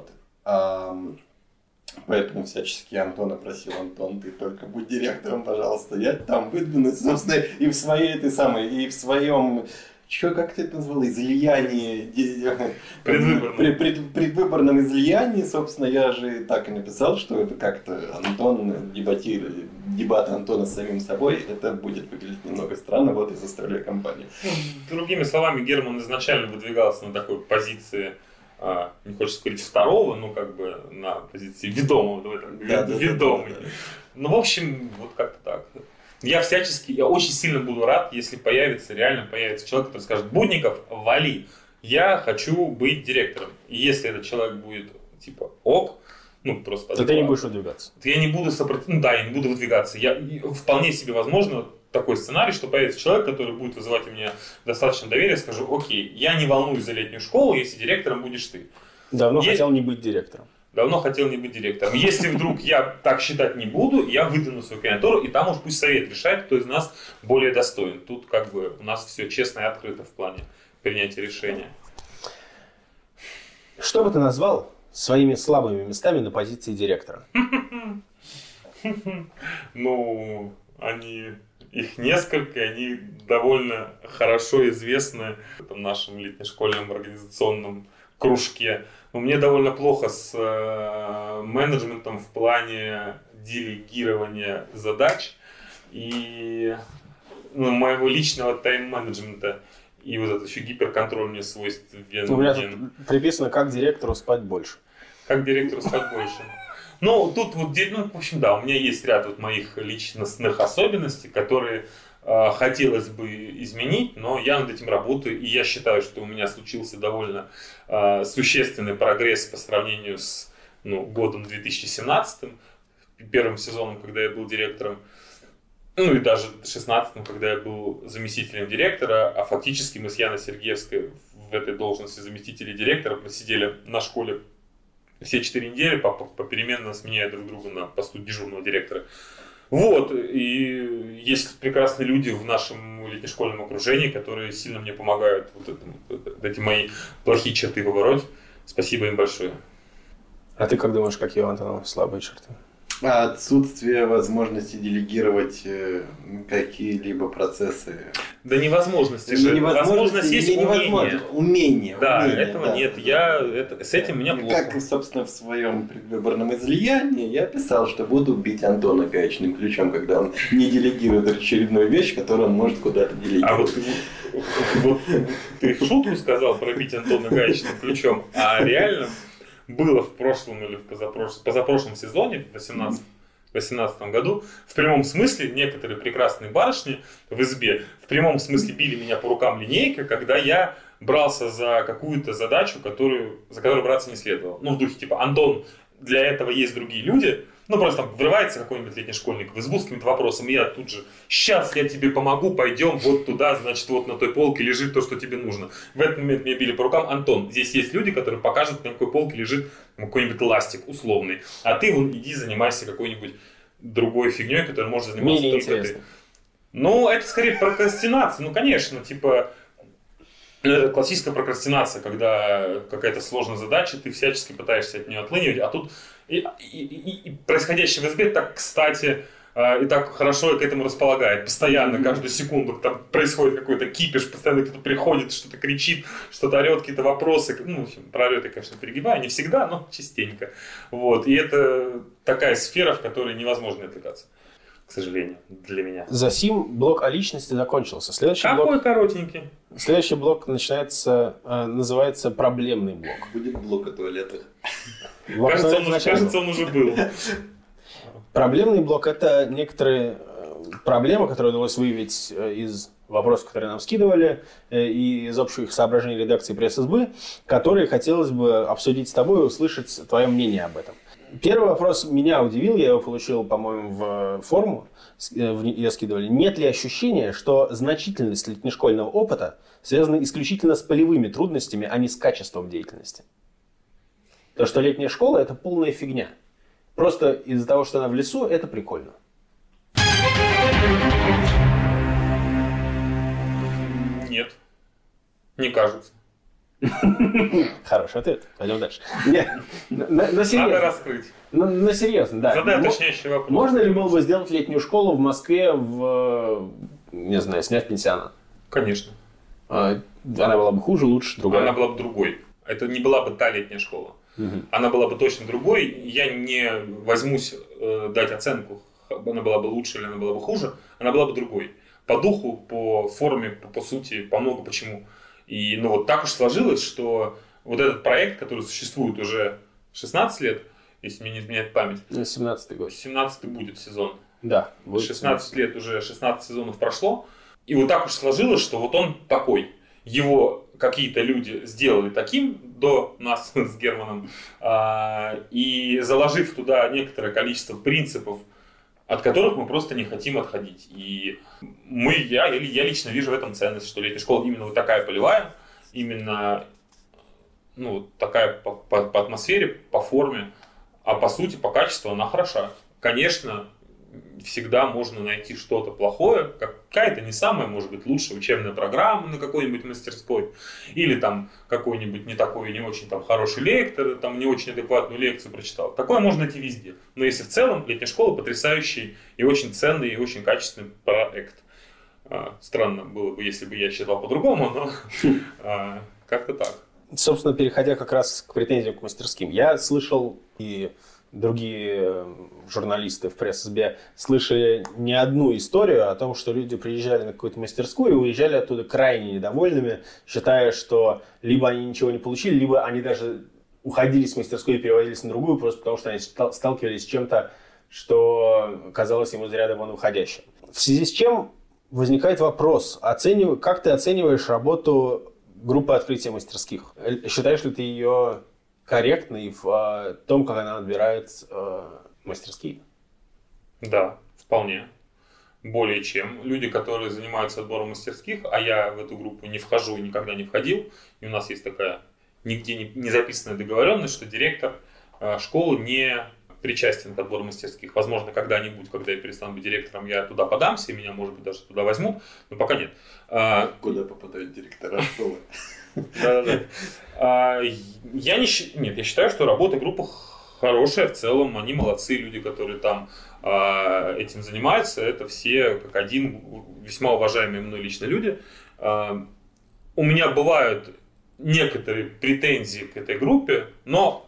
А, поэтому всячески Антона просил: Антон, ты только будь директором, пожалуйста. Я там выдвинусь, собственно, и в своей этой самой, и в своем... Что, как ты это назвал? Излияние. Предвыборном. Пред, пред, предвыборном излиянии, собственно, я же так и написал, что это как-то Антон дебатирует, дебаты Антона с самим собой, это будет выглядеть немного странно, вот и заставляю компанию. Другими словами, Герман изначально выдвигался на такой позиции, а, не хочется говорить второго, но как бы на позиции ведомого, давай так, Да, да, ведомый. да, да, да. Ну, в общем, вот как-то так. Я всячески, я очень сильно буду рад, если появится, реально появится человек, который скажет: Будников, вали, я хочу быть директором. И если этот человек будет типа ок, ну просто... То ты не будешь выдвигаться. То я не буду сопротивляться, ну да, я не буду выдвигаться. Я, вполне себе возможно такой сценарий, что появится человек, который будет вызывать у меня достаточно доверия, скажу: окей, я не волнуюсь за летнюю школу, если директором будешь ты. Давно Есть... хотел не быть директором. Давно хотел не быть директором. Если вдруг я так считать не буду, я выдвину свою кандидатуру, и там уж пусть совет решает, кто из нас более достоин. Тут как бы у нас все честно и открыто в плане принятия решения. Что бы ты назвал своими слабыми местами на позиции директора? Ну, они... Их несколько, они довольно хорошо известны в нашем летнешкольном организационном кружке. Но мне довольно плохо с э, менеджментом в плане делегирования задач и ну, моего личного тайм-менеджмента. И вот это еще гиперконтроль мне свойственен. У меня тут приписано: как директору спать больше. Как директору спать больше. Ну, тут вот, ну, в общем, да, у меня есть ряд вот моих личностных особенностей, которые э, хотелось бы изменить, но я над этим работаю, и я считаю, что у меня случился довольно э, существенный прогресс по сравнению с ну, годом две тысячи семнадцатым, первым сезоном, когда я был директором, ну и даже шестнадцатым, когда я был заместителем директора, а фактически мы с Яной Сергеевской в этой должности заместителя директора просидели на школе все четыре недели, попеременно сменяя друг друга на посту дежурного директора. Вот, и есть прекрасные люди в нашем летнешкольном окружении, которые сильно мне помогают вот, этому, вот эти мои плохие черты побороть. Спасибо им большое. А ты как думаешь, какие у Антона слабые черты? Отсутствие возможности делегировать какие-либо процессы. Да невозможности же. Возможность есть умение. Умение. Да, умение, этого да. нет. Я, это, с этим у меня плохо. Как, собственно, в своем предвыборном излиянии я писал, что буду бить Антона гаечным ключом, когда он не делегирует очередную вещь, которую он может куда-то делегировать. А вот, вот ты в шутку сказал про бить Антона гаечным ключом, а реально было в прошлом или в позапрошлом, позапрошлом сезоне, в восемнадцатом восемнадцатом году, в прямом смысле некоторые прекрасные барышни в избе в прямом смысле били меня по рукам линейкой, когда я брался за какую-то задачу, которую, за которую браться не следовало. Ну, в духе типа: Антон, для этого есть другие люди. Ну, просто там врывается какой-нибудь летний школьник в избу с каким-то вопросом, и я тут же: сейчас я тебе помогу, пойдем вот туда, значит, вот на той полке лежит то, что тебе нужно. В этот момент меня били по рукам: Антон, здесь есть люди, которые покажут, на какой полке лежит какой-нибудь ластик условный, а ты вон иди занимайся какой-нибудь другой фигней, которой может заниматься Мне только интересно. ты. Ну, это скорее прокрастинация, ну, конечно, типа... Это классическая прокрастинация, когда какая-то сложная задача, ты всячески пытаешься от нее отлынивать, а тут и, и, и, и происходящее в избе так кстати и так хорошо к этому располагает. Постоянно, каждую секунду там происходит какой-то кипиш, постоянно кто-то приходит, что-то кричит, что-то орет, какие-то вопросы. Ну, в общем, про орет я, конечно, перегибаю, не всегда, но частенько. Вот. И это такая сфера, в которой невозможно отвлекаться, к сожалению, для меня. За сим блок о личности закончился. Следующий Какой блок, коротенький. следующий блок начинается, э, называется проблемный блок. Будет блок о туалетах. Блок Кажется, он, туалетов уже, начался. кажется, он уже был. Проблемный блок – это некоторые э, проблемы, которые удалось выявить э, из вопросов, которые нам скидывали, э, и из общих соображений редакции пресс-избы, которые хотелось бы обсудить с тобой и услышать твое мнение об этом. Первый вопрос меня удивил, я его получил, по-моему, в форму, ее скидывали. Нет ли ощущения, что значительность летнешкольного опыта связана исключительно с полевыми трудностями, а не с качеством деятельности? То, что летняя школа – это полная фигня. Просто из-за того, что она в лесу, это прикольно. Нет, не кажется. Хороший ответ. Пойдем дальше. Нет, на, на, на серьезно. Надо раскрыть. На, на серьезно, да. Задай Мо- уточняющий вопрос. Можно ли было бы сделать летнюю школу в Москве, в, не знаю, снять пенсионат? Конечно. А, она была бы хуже, лучше, другая? Она была бы другой. Это не была бы та летняя школа. Угу. Она была бы точно другой. Я не возьмусь э, дать оценку, она была бы лучше или она была бы хуже. Она была бы другой. По духу, по форме, по, по сути, по много почему. И ну, вот так уж сложилось, что вот этот проект, который существует уже шестнадцать лет, если мне не изменяет память. семнадцатый год. семнадцатый будет сезон. Да. шестнадцать лет уже, шестнадцать сезонов прошло. И вот так уж сложилось, что вот он такой. Его какие-то люди сделали таким до нас с Германом. И заложив туда некоторое количество принципов, от которых мы просто не хотим отходить. И мы, я, я лично вижу в этом ценность, что летняя школа именно вот такая полевая, именно ну, такая по, по, по атмосфере, по форме, а по сути, по качеству она хороша. Конечно, всегда можно найти что-то плохое, какая-то не самая, может быть, лучшая учебная программа на какой-нибудь мастерской, или там какой-нибудь не такой, не очень там хороший лектор, там не очень адекватную лекцию прочитал. Такое можно найти везде. Но если в целом, летняя школа потрясающий и очень ценный, и очень качественный проект. Странно было бы, если бы я считал по-другому, но как-то так. Собственно, переходя как раз к претензиям к мастерским. Я слышал, и другие журналисты в пресс-избе слышали не одну историю о том, что люди приезжали на какую-то мастерскую и уезжали оттуда крайне недовольными, считая, что либо они ничего не получили, либо они даже уходили с мастерской и переводились на другую, просто потому что они сталкивались с чем-то, что казалось им из ряда вон выходящим. В связи с чем возникает вопрос, оценив... как ты оцениваешь работу группы открытия мастерских? Считаешь ли ты ее корректной в э, том, как она отбирает э, мастерские? Да, вполне. Более чем. Люди, которые занимаются отбором мастерских, а я в эту группу не вхожу и никогда не входил, и у нас есть такая нигде не, не записанная договоренность, что директор э, школы не причастен к отбору мастерских. Возможно, когда-нибудь, когда я перестану быть директором, я туда подамся, и меня, может быть, даже туда возьмут, но пока нет. А, Куда попадают директора школы? Да-да-да. Я не нет, я считаю, что работа группы хорошая в целом, они молодцы, люди, которые там этим занимаются, это все как один весьма уважаемые мной лично люди. У меня бывают некоторые претензии к этой группе, но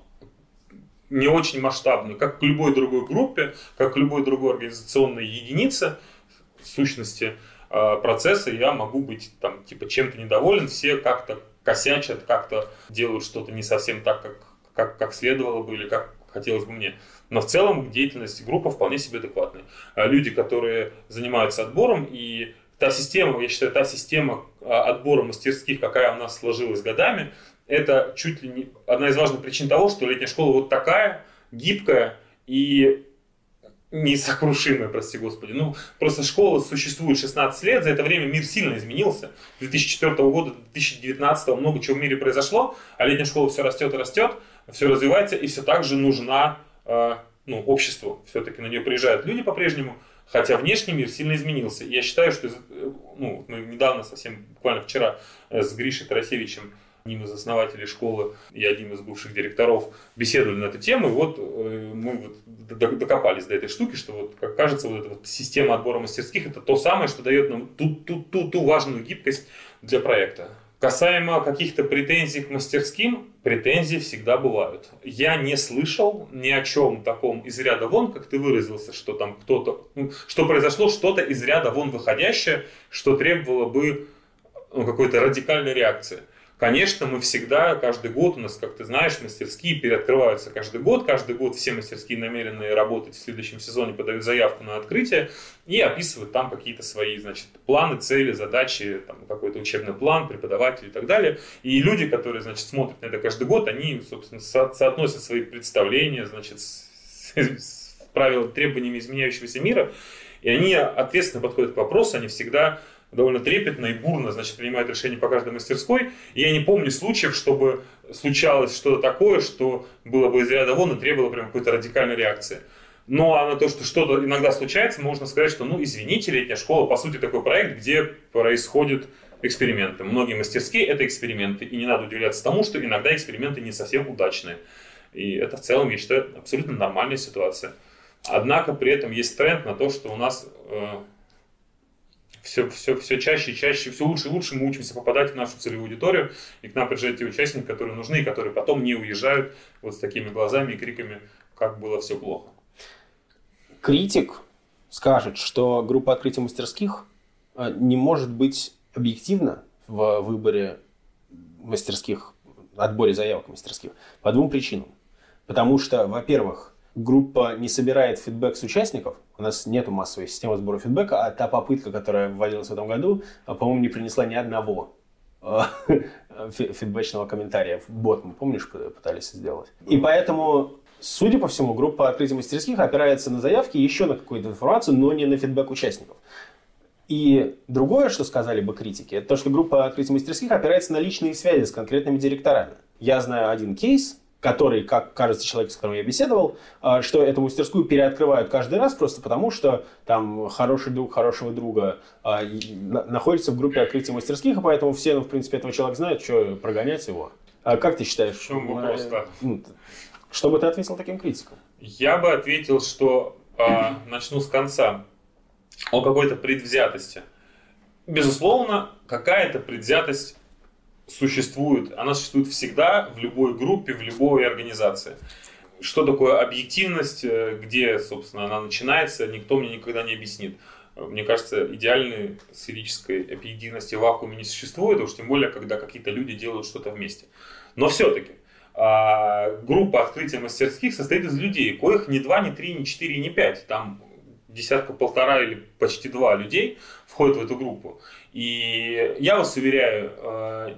не очень масштабные, как к любой другой группе, как к любой другой организационной единице, в сущности процесса, я могу быть там типа чем-то недоволен, все как-то косячат, как-то делают что-то не совсем так, как, как, как следовало бы или как хотелось бы мне. Но в целом деятельность группы вполне себе адекватная. Люди, которые занимаются отбором, и та система, я считаю, та система отбора мастерских, какая у нас сложилась годами, это чуть ли не одна из важных причин того, что летняя школа вот такая, гибкая и несокрушимая, прости господи. Ну, просто школа существует шестнадцать лет, за это время мир сильно изменился. С две тысячи четвёртого года до две тысячи девятнадцатого много чего в мире произошло, а летняя школа все растет и растет, все развивается, и все так же нужна э, ну, обществу. Все-таки на нее приезжают люди по-прежнему, хотя внешний мир сильно изменился. И я считаю, что ну, мы недавно, совсем буквально вчера, с Гришей Тарасевичем, одним из основателей школы и одним из бывших директоров, беседовали на эту тему, и вот э, мы вот докопались до этой штуки, что вот, как кажется, вот эта вот система отбора мастерских — это то самое, что дает нам ту, ту, ту, ту важную гибкость для проекта. Касаемо каких-то претензий к мастерским, претензии всегда бывают. Я не слышал ни о чем таком из ряда вон, как ты выразился, что там кто-то, ну, что произошло что-то из ряда вон выходящее, что требовало бы ну, какой-то радикальной реакции. Конечно, мы всегда, каждый год у нас, как ты знаешь, мастерские переоткрываются каждый год. Каждый год все мастерские намерены работать в следующем сезоне, подают заявку на открытие и описывают там какие-то свои, значит, планы, цели, задачи, там, какой-то учебный план, преподаватели и так далее. И люди, которые, значит, смотрят на это каждый год, они, собственно, со- соотносят свои представления, значит, с, с правилами, требованиями изменяющегося мира, и они ответственно подходят к вопросу, они всегда довольно трепетно и бурно, значит, принимают решения по каждой мастерской. И я не помню случаев, чтобы случалось что-то такое, что было бы из ряда вон и требовало прям какой-то радикальной реакции. Ну, а на то, что что-то иногда случается, можно сказать, что, ну, извините, летняя школа, по сути, такой проект, где происходит эксперименты. Многие мастерские – это эксперименты. И не надо удивляться тому, что иногда эксперименты не совсем удачные. И это в целом, я считаю, абсолютно нормальная ситуация. Однако при этом есть тренд на то, что у нас э, все, все, все чаще и чаще, все лучше и лучше мы учимся попадать в нашу целевую аудиторию. И к нам приезжают те участники, которые нужны, и которые потом не уезжают вот с такими глазами и криками, как было все плохо. Критик скажет, что группа открытия мастерских не может быть объективна в выборе мастерских, отборе заявок мастерских по двум причинам. Потому что, во-первых, группа не собирает фидбэк с участников, у нас нет массовой системы сбора фидбэка, а та попытка, которая вводилась в этом году, по-моему, не принесла ни одного фидбэчного комментария. Бот, мы, помнишь, пытались сделать. И поэтому, судя по всему, группа открытия мастерских опирается на заявки, еще на какую-то информацию, но не на фидбэк участников. И другое, что сказали бы критики, это то, что группа открытия мастерских опирается на личные связи с конкретными директорами. Я знаю один кейс, который, как кажется человек, с которым я беседовал, что эту мастерскую переоткрывают каждый раз просто потому, что там хороший друг хорошего друга находится в группе открытия мастерских, и поэтому все, ну, в принципе, этого человека знают, что прогонять его. А как ты считаешь? В чем вопрос-то? Что бы ты ответил таким критикам? Я бы ответил, что э, начну с конца. О какой-то предвзятости. Безусловно, какая-то предвзятость существует. Она существует всегда в любой группе, в любой организации. Что такое объективность, где, собственно, она начинается, никто мне никогда не объяснит. Мне кажется, идеальной сферической объективности в вакууме не существует, уж тем более, когда какие-то люди делают что-то вместе. Но все-таки группа открытия мастерских состоит из людей, коих не два, не три, не четыре, не пять. Там десятка полтора или почти два людей входят в эту группу. И я вас уверяю,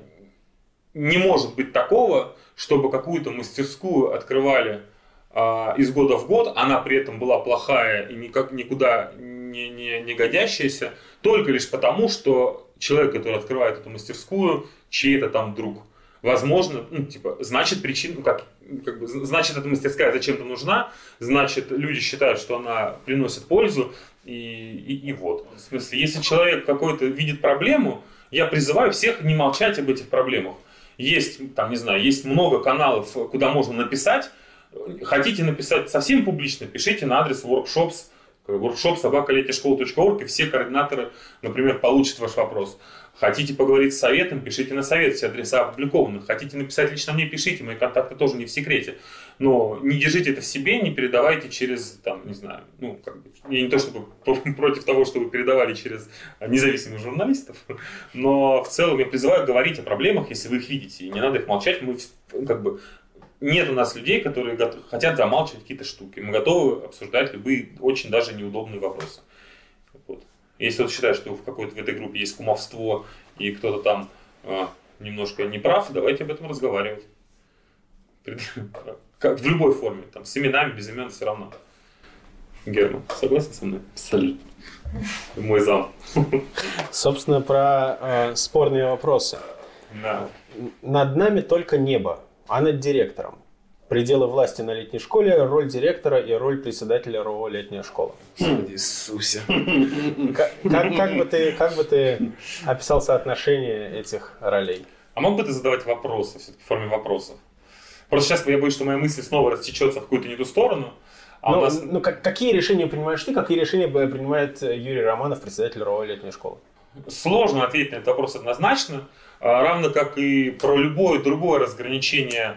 не может быть такого, чтобы какую-то мастерскую открывали из года в год, она при этом была плохая и никак, никуда не, не, не годящаяся, только лишь потому, что человек, который открывает эту мастерскую, чей-то там друг. Возможно, ну, типа, значит, причина, ну, как, как бы, значит, эта мастерская зачем-то нужна, значит, люди считают, что она приносит пользу, и, и, и вот. В смысле, если человек какой-то видит проблему, я призываю всех не молчать об этих проблемах. Есть, там, не знаю, есть много каналов, куда можно написать. Хотите написать совсем публично, пишите на адрес workshops, workshop собака летняшкола точка орг, и все координаторы, например, получат ваш вопрос. Хотите поговорить с советом, пишите на совет, все адреса опубликованы. Хотите написать лично мне, пишите, мои контакты тоже не в секрете. Но не держите это в себе, не передавайте через, там, не знаю, ну, как бы, я не то чтобы против того, чтобы передавали через независимых журналистов, но в целом я призываю говорить о проблемах, если вы их видите, и не надо их молчать. Мы, как бы, нет у нас людей, которые хотят замалчивать какие-то штуки. Мы готовы обсуждать любые очень даже неудобные вопросы. Вот. Если кто-то считает, что в какой-то в этой группе есть кумовство и кто-то там э, немножко не прав, давайте об этом разговаривать. Как в любой форме, там, с именами, без имен, все равно. Герман, согласен со мной? Абсолютно. Мой зам. Собственно, про э, спорные вопросы. Да. Над нами только небо, а над директором. Пределы власти на летней школе, роль директора и роль председателя РОО «Летняя школа». Иисусе. Как, как, как, бы ты, как бы ты описал соотношение этих ролей? А мог бы ты задавать вопросы, все-таки в форме вопросов? Просто сейчас я боюсь, что моя мысль снова растечется в какую-то не ту сторону. А ну, нас... ну как, какие решения принимаешь ты, какие решения принимает Юрий Романов, председатель РОО «Летняя школа»? Сложно ответить на этот вопрос однозначно, равно как и про любое другое разграничение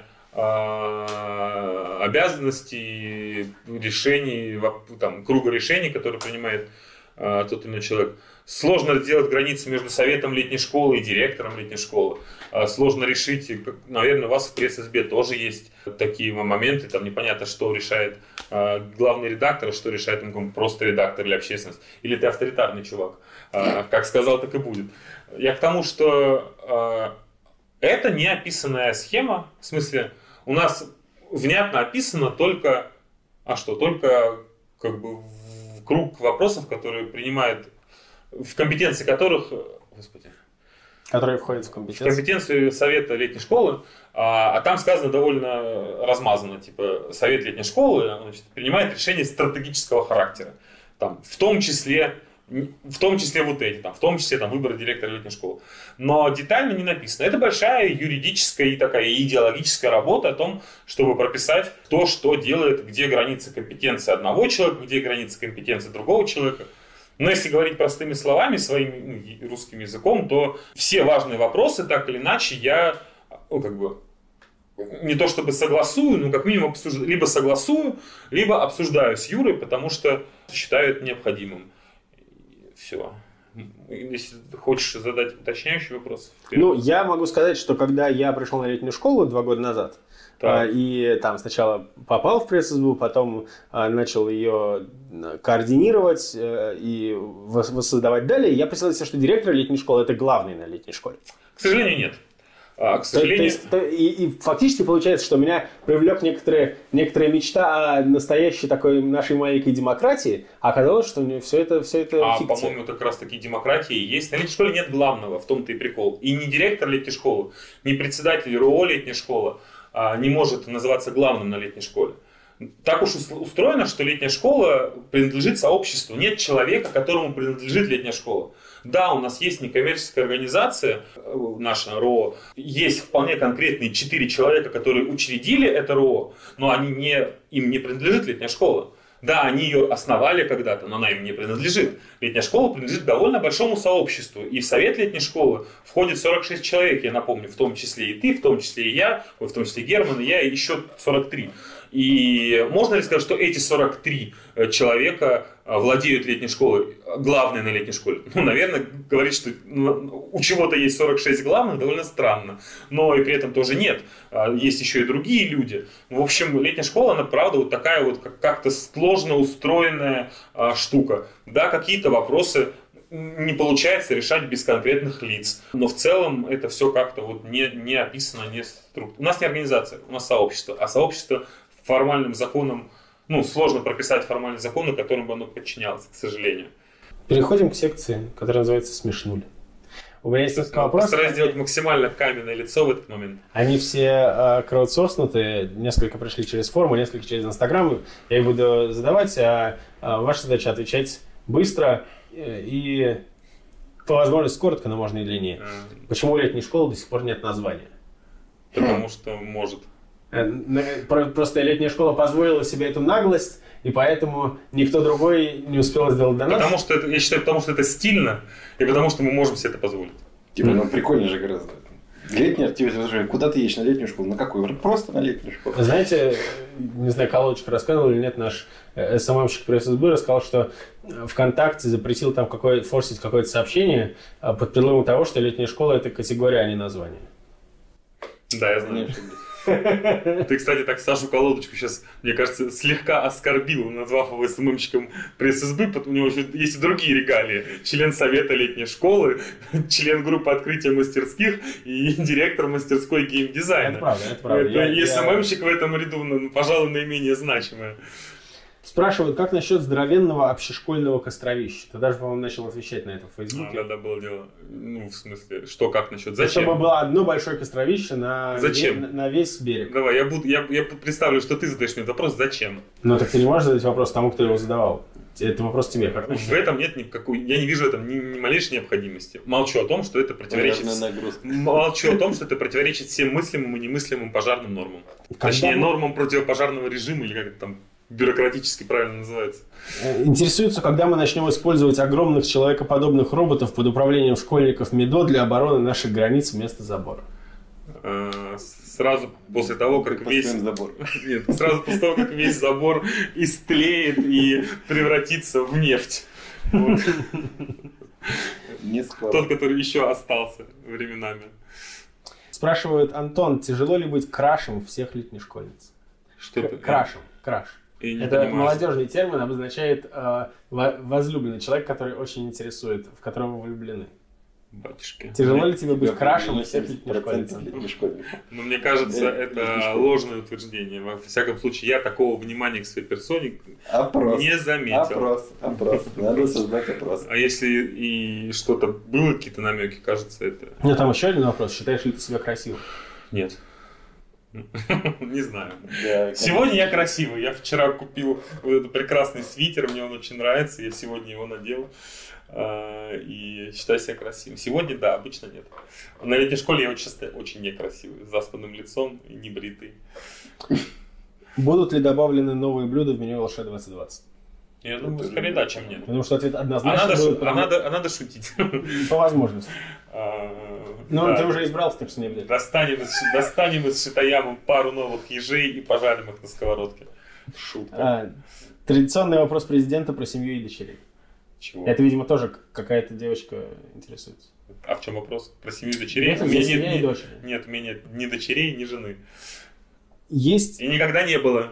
обязанностей, решений, там, круга решений, которые принимает а, тот или иной человек. Сложно сделать границы между советом летней школы и директором летней школы. А, сложно решить, наверное, у вас в пресс-избе тоже есть такие моменты, там непонятно, что решает а, главный редактор, что решает там, просто редактор или общественность. Или ты авторитарный чувак. А, как сказал, так и будет. Я к тому, что а, это не описанная схема, в смысле, у нас внятно описано только, а что, только как бы в круг вопросов, которые принимает, в компетенции которых, господи, которые входят в компетенцию. В компетенцию совета летней школы, а, а там сказано довольно размазанно, типа совет летней школы, значит, принимает решения стратегического характера, там, в том числе В том числе вот эти, там, в том числе там, выбор директора летней школы. Но детально не написано. Это большая юридическая и такая идеологическая работа о том, чтобы прописать то, что делает, где границы компетенции одного человека, где границы компетенции другого человека. Но если говорить простыми словами, своим ну, русским языком, то все важные вопросы, так или иначе, я ну, как бы, не то чтобы согласую, но как минимум обсуждаю, либо согласую, либо обсуждаю с Юрой, потому что считаю это необходимым. Все. Если ты хочешь задать уточняющий вопрос. Вперед. Ну, я могу сказать, что когда я пришел на летнюю школу два года назад, Так. и там сначала попал в пресс-избу, потом начал ее координировать и воссоздавать далее, я представляю себе, что директор летней школы – это главный на летней школе. К сожалению, нет. А, к сожалению... То, то есть, то, и, и фактически получается, что меня привлек некоторые, некоторая мечта о настоящей такой нашей маленькой демократии, а оказалось, что все это, все это а, фикция. по-моему, это как раз таки демократия и есть. На летней школе нет главного, в том-то и прикол. И ни директор летней школы, ни председатель РО летней школы а, не может называться главным на летней школе. Так уж устроено, что летняя школа принадлежит сообществу. Нет человека, которому принадлежит летняя школа. Да, у нас есть некоммерческая организация, наша РО, есть вполне конкретные четыре человека, которые учредили это РО, но они не, им не принадлежит летняя школа. Да, они ее основали когда-то, но она им не принадлежит. Летняя школа принадлежит довольно большому сообществу. И в совет летней школы входит сорок шесть человек, я напомню, в том числе и ты, в том числе и я, в том числе Герман, и я, и еще сорок три. И можно ли сказать, что эти сорок три человека владеют летней школой, главные на летней школе? Ну, наверное, говорить, что у чего-то есть сорок шесть главных, довольно странно. Но и при этом тоже нет. Есть еще и другие люди. В общем, летняя школа, она, правда, вот такая вот как-то сложно устроенная штука. Да, какие-то вопросы не получается решать без конкретных лиц. Но в целом это все как-то вот не, не описано, не структурно. У нас не организация, у нас сообщество. А сообщество формальным законом, ну, сложно прописать формальный закон, которым бы оно подчинялось, к сожалению. Переходим к секции, которая называется «Смешнули». У меня есть несколько вопросов. Постараюсь сделать максимально каменное лицо в этот момент. Они все э, краудсорснуты, несколько прошли через форму, несколько через Инстаграм. Я их буду задавать, а, а ваша задача отвечать быстро и по возможности коротко, но можно и длиннее. Mm. Почему у летней школы до сих пор нет названия? Потому что может. Просто летняя школа позволила себе эту наглость, и поэтому никто другой не успел сделать до нас. Потому что это, я считаю, потому что это стильно, и потому что мы можем себе это позволить. Типа, ну прикольно же гораздо. Летняя, типа, куда ты едешь на летнюю школу? На какую? Просто на летнюю школу. Знаете, не знаю, Колодочка рассказывал или нет, наш эс эм эм-щик пресс-избы рассказал, что ВКонтакте запретил там какое, форсить какое-то сообщение под предлогом того, что летняя школа – это категория, а не название. Да, я знаю. Ты, кстати, так Сашу Колодочку сейчас, мне кажется, слегка оскорбил, назвав его эс эм эм-щиком пресс-избы. У него есть и другие регалии. Член совета летней школы, член группы открытия мастерских и директор мастерской геймдизайна. Это правда, это правда. Это я, эс эм эм-щик я... в этом ряду, пожалуй, наименее значимое. Спрашивают, как насчет здоровенного общешкольного костровища? Ты даже, по-моему, начал отвечать на это в Фейсбуке. А, да, да, было дело. Ну, в смысле, что, как насчет, зачем? Чтобы было одно большое костровище на, зачем? на, на весь берег. Давай, я, буду, я, я представлю, что ты задаешь мне вопрос, зачем? Ну, так ты не можешь задать вопрос тому, кто его задавал. Это вопрос тебе. Как в этом нет никакой, я не вижу в этом ни, ни малейшей необходимости. Молчу о том, что это противоречит... Молчу о том, что это противоречит всем мыслимым и немыслимым пожарным нормам. Когда Точнее, мы... нормам противопожарного режима, или как это там бюрократически правильно называется. Интересуется, когда мы начнем использовать огромных человекоподобных роботов под управлением школьников МИДО для обороны наших границ вместо забора. Сразу после того, как как весь забор. Нет, сразу после того, как весь забор истлеет и превратится в нефть. Вот. Не скоро. Тот, который еще остался временами. Спрашивают, Антон, тяжело ли быть крашем всех летних школьниц? Что это? Крашем, краш. Это понимаю. Молодежный термин, обозначает э, возлюбленный человек, который очень интересует, в которого вы влюблены. Батюшки. Тяжело ли тебе быть крашем всех летних школьниц? Ну, мне кажется, это ложное утверждение. Во всяком случае, я такого внимания к своей персоне опрос. не заметил. Опрос, опрос. Надо создать опрос. А если и что-то было, какие-то намеки, кажется, это... Ну, там еще один вопрос. Считаешь ли ты себя красивым? Нет. Не знаю. Да, сегодня я красивый. Я вчера купил вот этот прекрасный свитер, мне он очень нравится. Я сегодня его надел. и считаю себя красивым. Сегодня, да, обычно нет. На летней школе я очень часто очень некрасивый, с заспанным лицом и небритый. Будут ли добавлены новые блюда в меню эл ша двадцать двадцать? Я думаю, скорее да, чем нет. Потому что ответ А однозначно надо, будет, шу- а потому- надо, а надо шутить. по возможности. А, Ну, да. ты уже избрался, так что не обязательно. Достанем из, достанем из Шитаямы пару новых ежей и пожарим их на сковородке. Шутка. А, традиционный вопрос президента про семью и дочерей. Чего? Это, видимо, тоже какая-то девочка интересуется. А в чем вопрос? Про семью и дочерей? Это У меня здесь нет, семья и нет, дочери. нет, у меня нет ни дочерей, ни жены. Есть И никогда не было.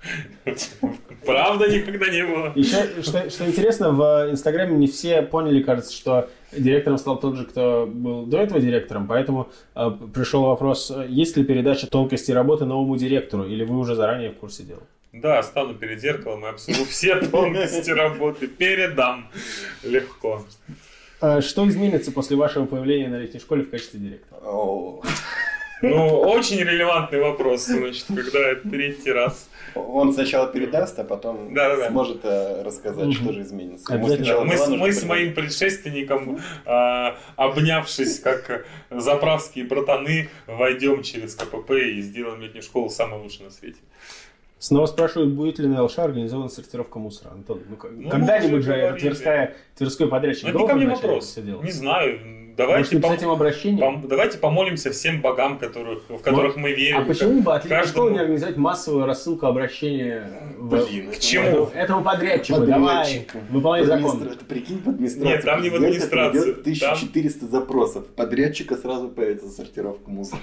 Правда, никогда не было. еще, что, что интересно, в Инстаграме не все поняли, кажется, что директором стал тот же, кто был до этого директором, поэтому э, пришел вопрос, есть ли передача тонкости работы новому директору, или вы уже заранее в курсе дела? Да, стану перед зеркалом и обсужу все тонкости работы. Передам. Легко. Э, что изменится после вашего появления на летней школе в качестве директора? О, Ну, очень релевантный вопрос, значит, когда это третий раз. Он сначала передаст, а потом Да-да-да. сможет э, рассказать, Мгм. что же изменится. Ему Обязательно. сначала Мы, с, дела нужно мы с придумать. моим предшественником, а, обнявшись как заправские братаны, войдем через ка пэ пэ и сделаем летнюю школу самой лучшей на свете. Снова спрашивают, будет ли на эл ша организована сортировка мусора. Антон, ну, как- Ну, когда-нибудь мы уже же говорили. Тверская, Тверской подрядчик Но это не ко должен мне начать вопрос. все делать? Не знаю. Может, Давайте, пом- написать им обращение? пом- давайте помолимся всем богам, которых, в которых мы верим. А почему бы от летней каждому- школы не организовать массовую рассылку обращения в- Блин, К чему? в- этому подрядчику? Давай, Подрядчику. выполняй В закон. администра- Ты прикинь, в администрацию. Нет, там не в президента администрацию, придет тысяча четыреста запросов. Подрядчика сразу появится сортировка мусора.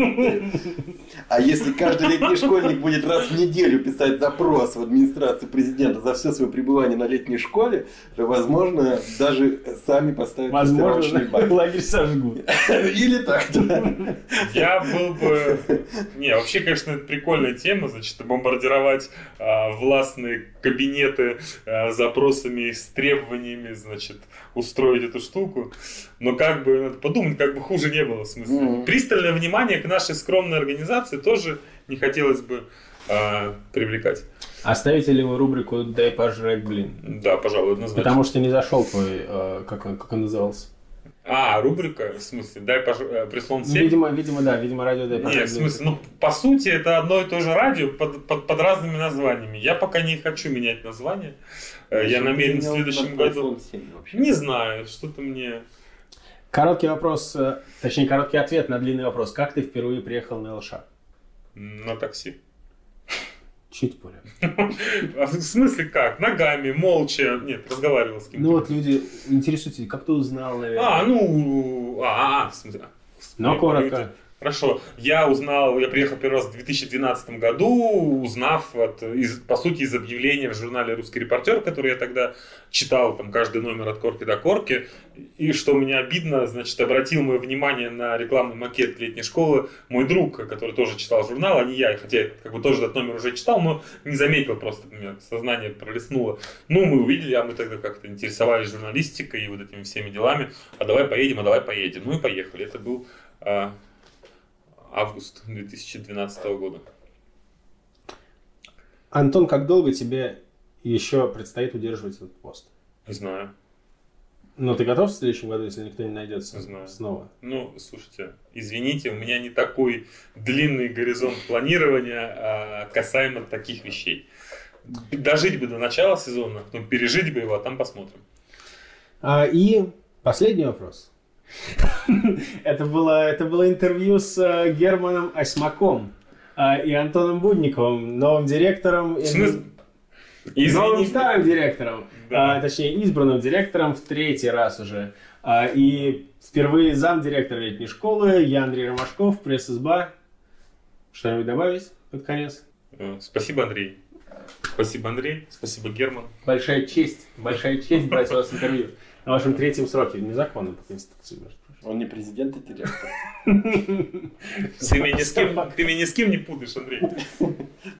А если каждый летний школьник будет раз в неделю писать запрос в администрацию президента за все свое пребывание на летней школе, то, возможно, даже сами поставят Возможно, сортировочный бак. лагерь сожгут. Или так, да. Я был бы... Не, вообще, конечно, это прикольная тема, значит, бомбардировать а, властные кабинеты а, запросами, с требованиями, значит, устроить эту штуку. Но как бы, надо подумать, как бы хуже не было, в смысле. Мгм. Пристальное внимание к нашей скромной организации тоже не хотелось бы а, привлекать. Оставите ли вы рубрику «Дай пожрать, блин»? Да, пожалуй, однозначно. Потому что не зашел твой, э, как он, как он назывался? А, рубрика, в смысле, дай пож... э, прислон семь. Видимо, видимо, да, видимо, радио «Дай Нет, пожрать, в блин». смысле, ну, по сути, это одно и то же радио под, под, под разными названиями. Я пока не хочу менять название. Э, Я намерен в следующем году... Не знаю, что-то мне... Короткий вопрос, э, точнее, короткий ответ на длинный вопрос. Как ты впервые приехал на эл ша? На такси. Чуть более. А в смысле как? Ногами, молча. Нет, разговаривал с кем-то. Ну вот люди интересуются, как ты узнал, наверное. А, ну... А, а, в смысле... а, Но люди- коротко. Хорошо. Я узнал, я приехал первый раз в две тысячи двенадцатом году, узнав, от, из, по сути, из объявления в журнале «Русский репортер», который я тогда читал, там, каждый номер от корки до корки. И что мне обидно, значит, обратил мое внимание на рекламный макет летней школы мой друг, который тоже читал журнал, а не я, хотя я как бы тоже этот номер уже читал, но не заметил, просто у меня сознание пролистнуло. Ну, мы увидели, а мы тогда как-то интересовались журналистикой и вот этими всеми делами. А давай поедем, а давай поедем. Ну и поехали. Это был... а, август две тысячи двенадцатого года. Антон, как долго тебе еще предстоит удерживать этот пост? Не знаю. Ну, ты готов в следующем году, если никто не найдется Не знаю. снова? Ну, слушайте, извините, у меня не такой длинный горизонт планирования а, касаемо таких вещей. Дожить бы до начала сезона, потом пережить бы его, а там посмотрим. А, и последний вопрос. Это было, это было интервью с э, Германом Осьмаком э, и Антоном Будниковым, новым директором. В смысле? Новым Извините. старым директором, Да. а, точнее избранным директором в третий раз уже. А, и впервые замдиректора летней школы, я Андрей Ромашков, пресс-изба. Что-нибудь добавить под конец? Э, Спасибо, Андрей. Спасибо, Андрей. Спасибо, Герман. Большая честь, большая честь брать у вас интервью на вашем третьем сроке. Незаконно по Конституции, между прочим. Он не президент, а директор. Ты меня ни с кем, ты меня ни с кем не путаешь, Андрей.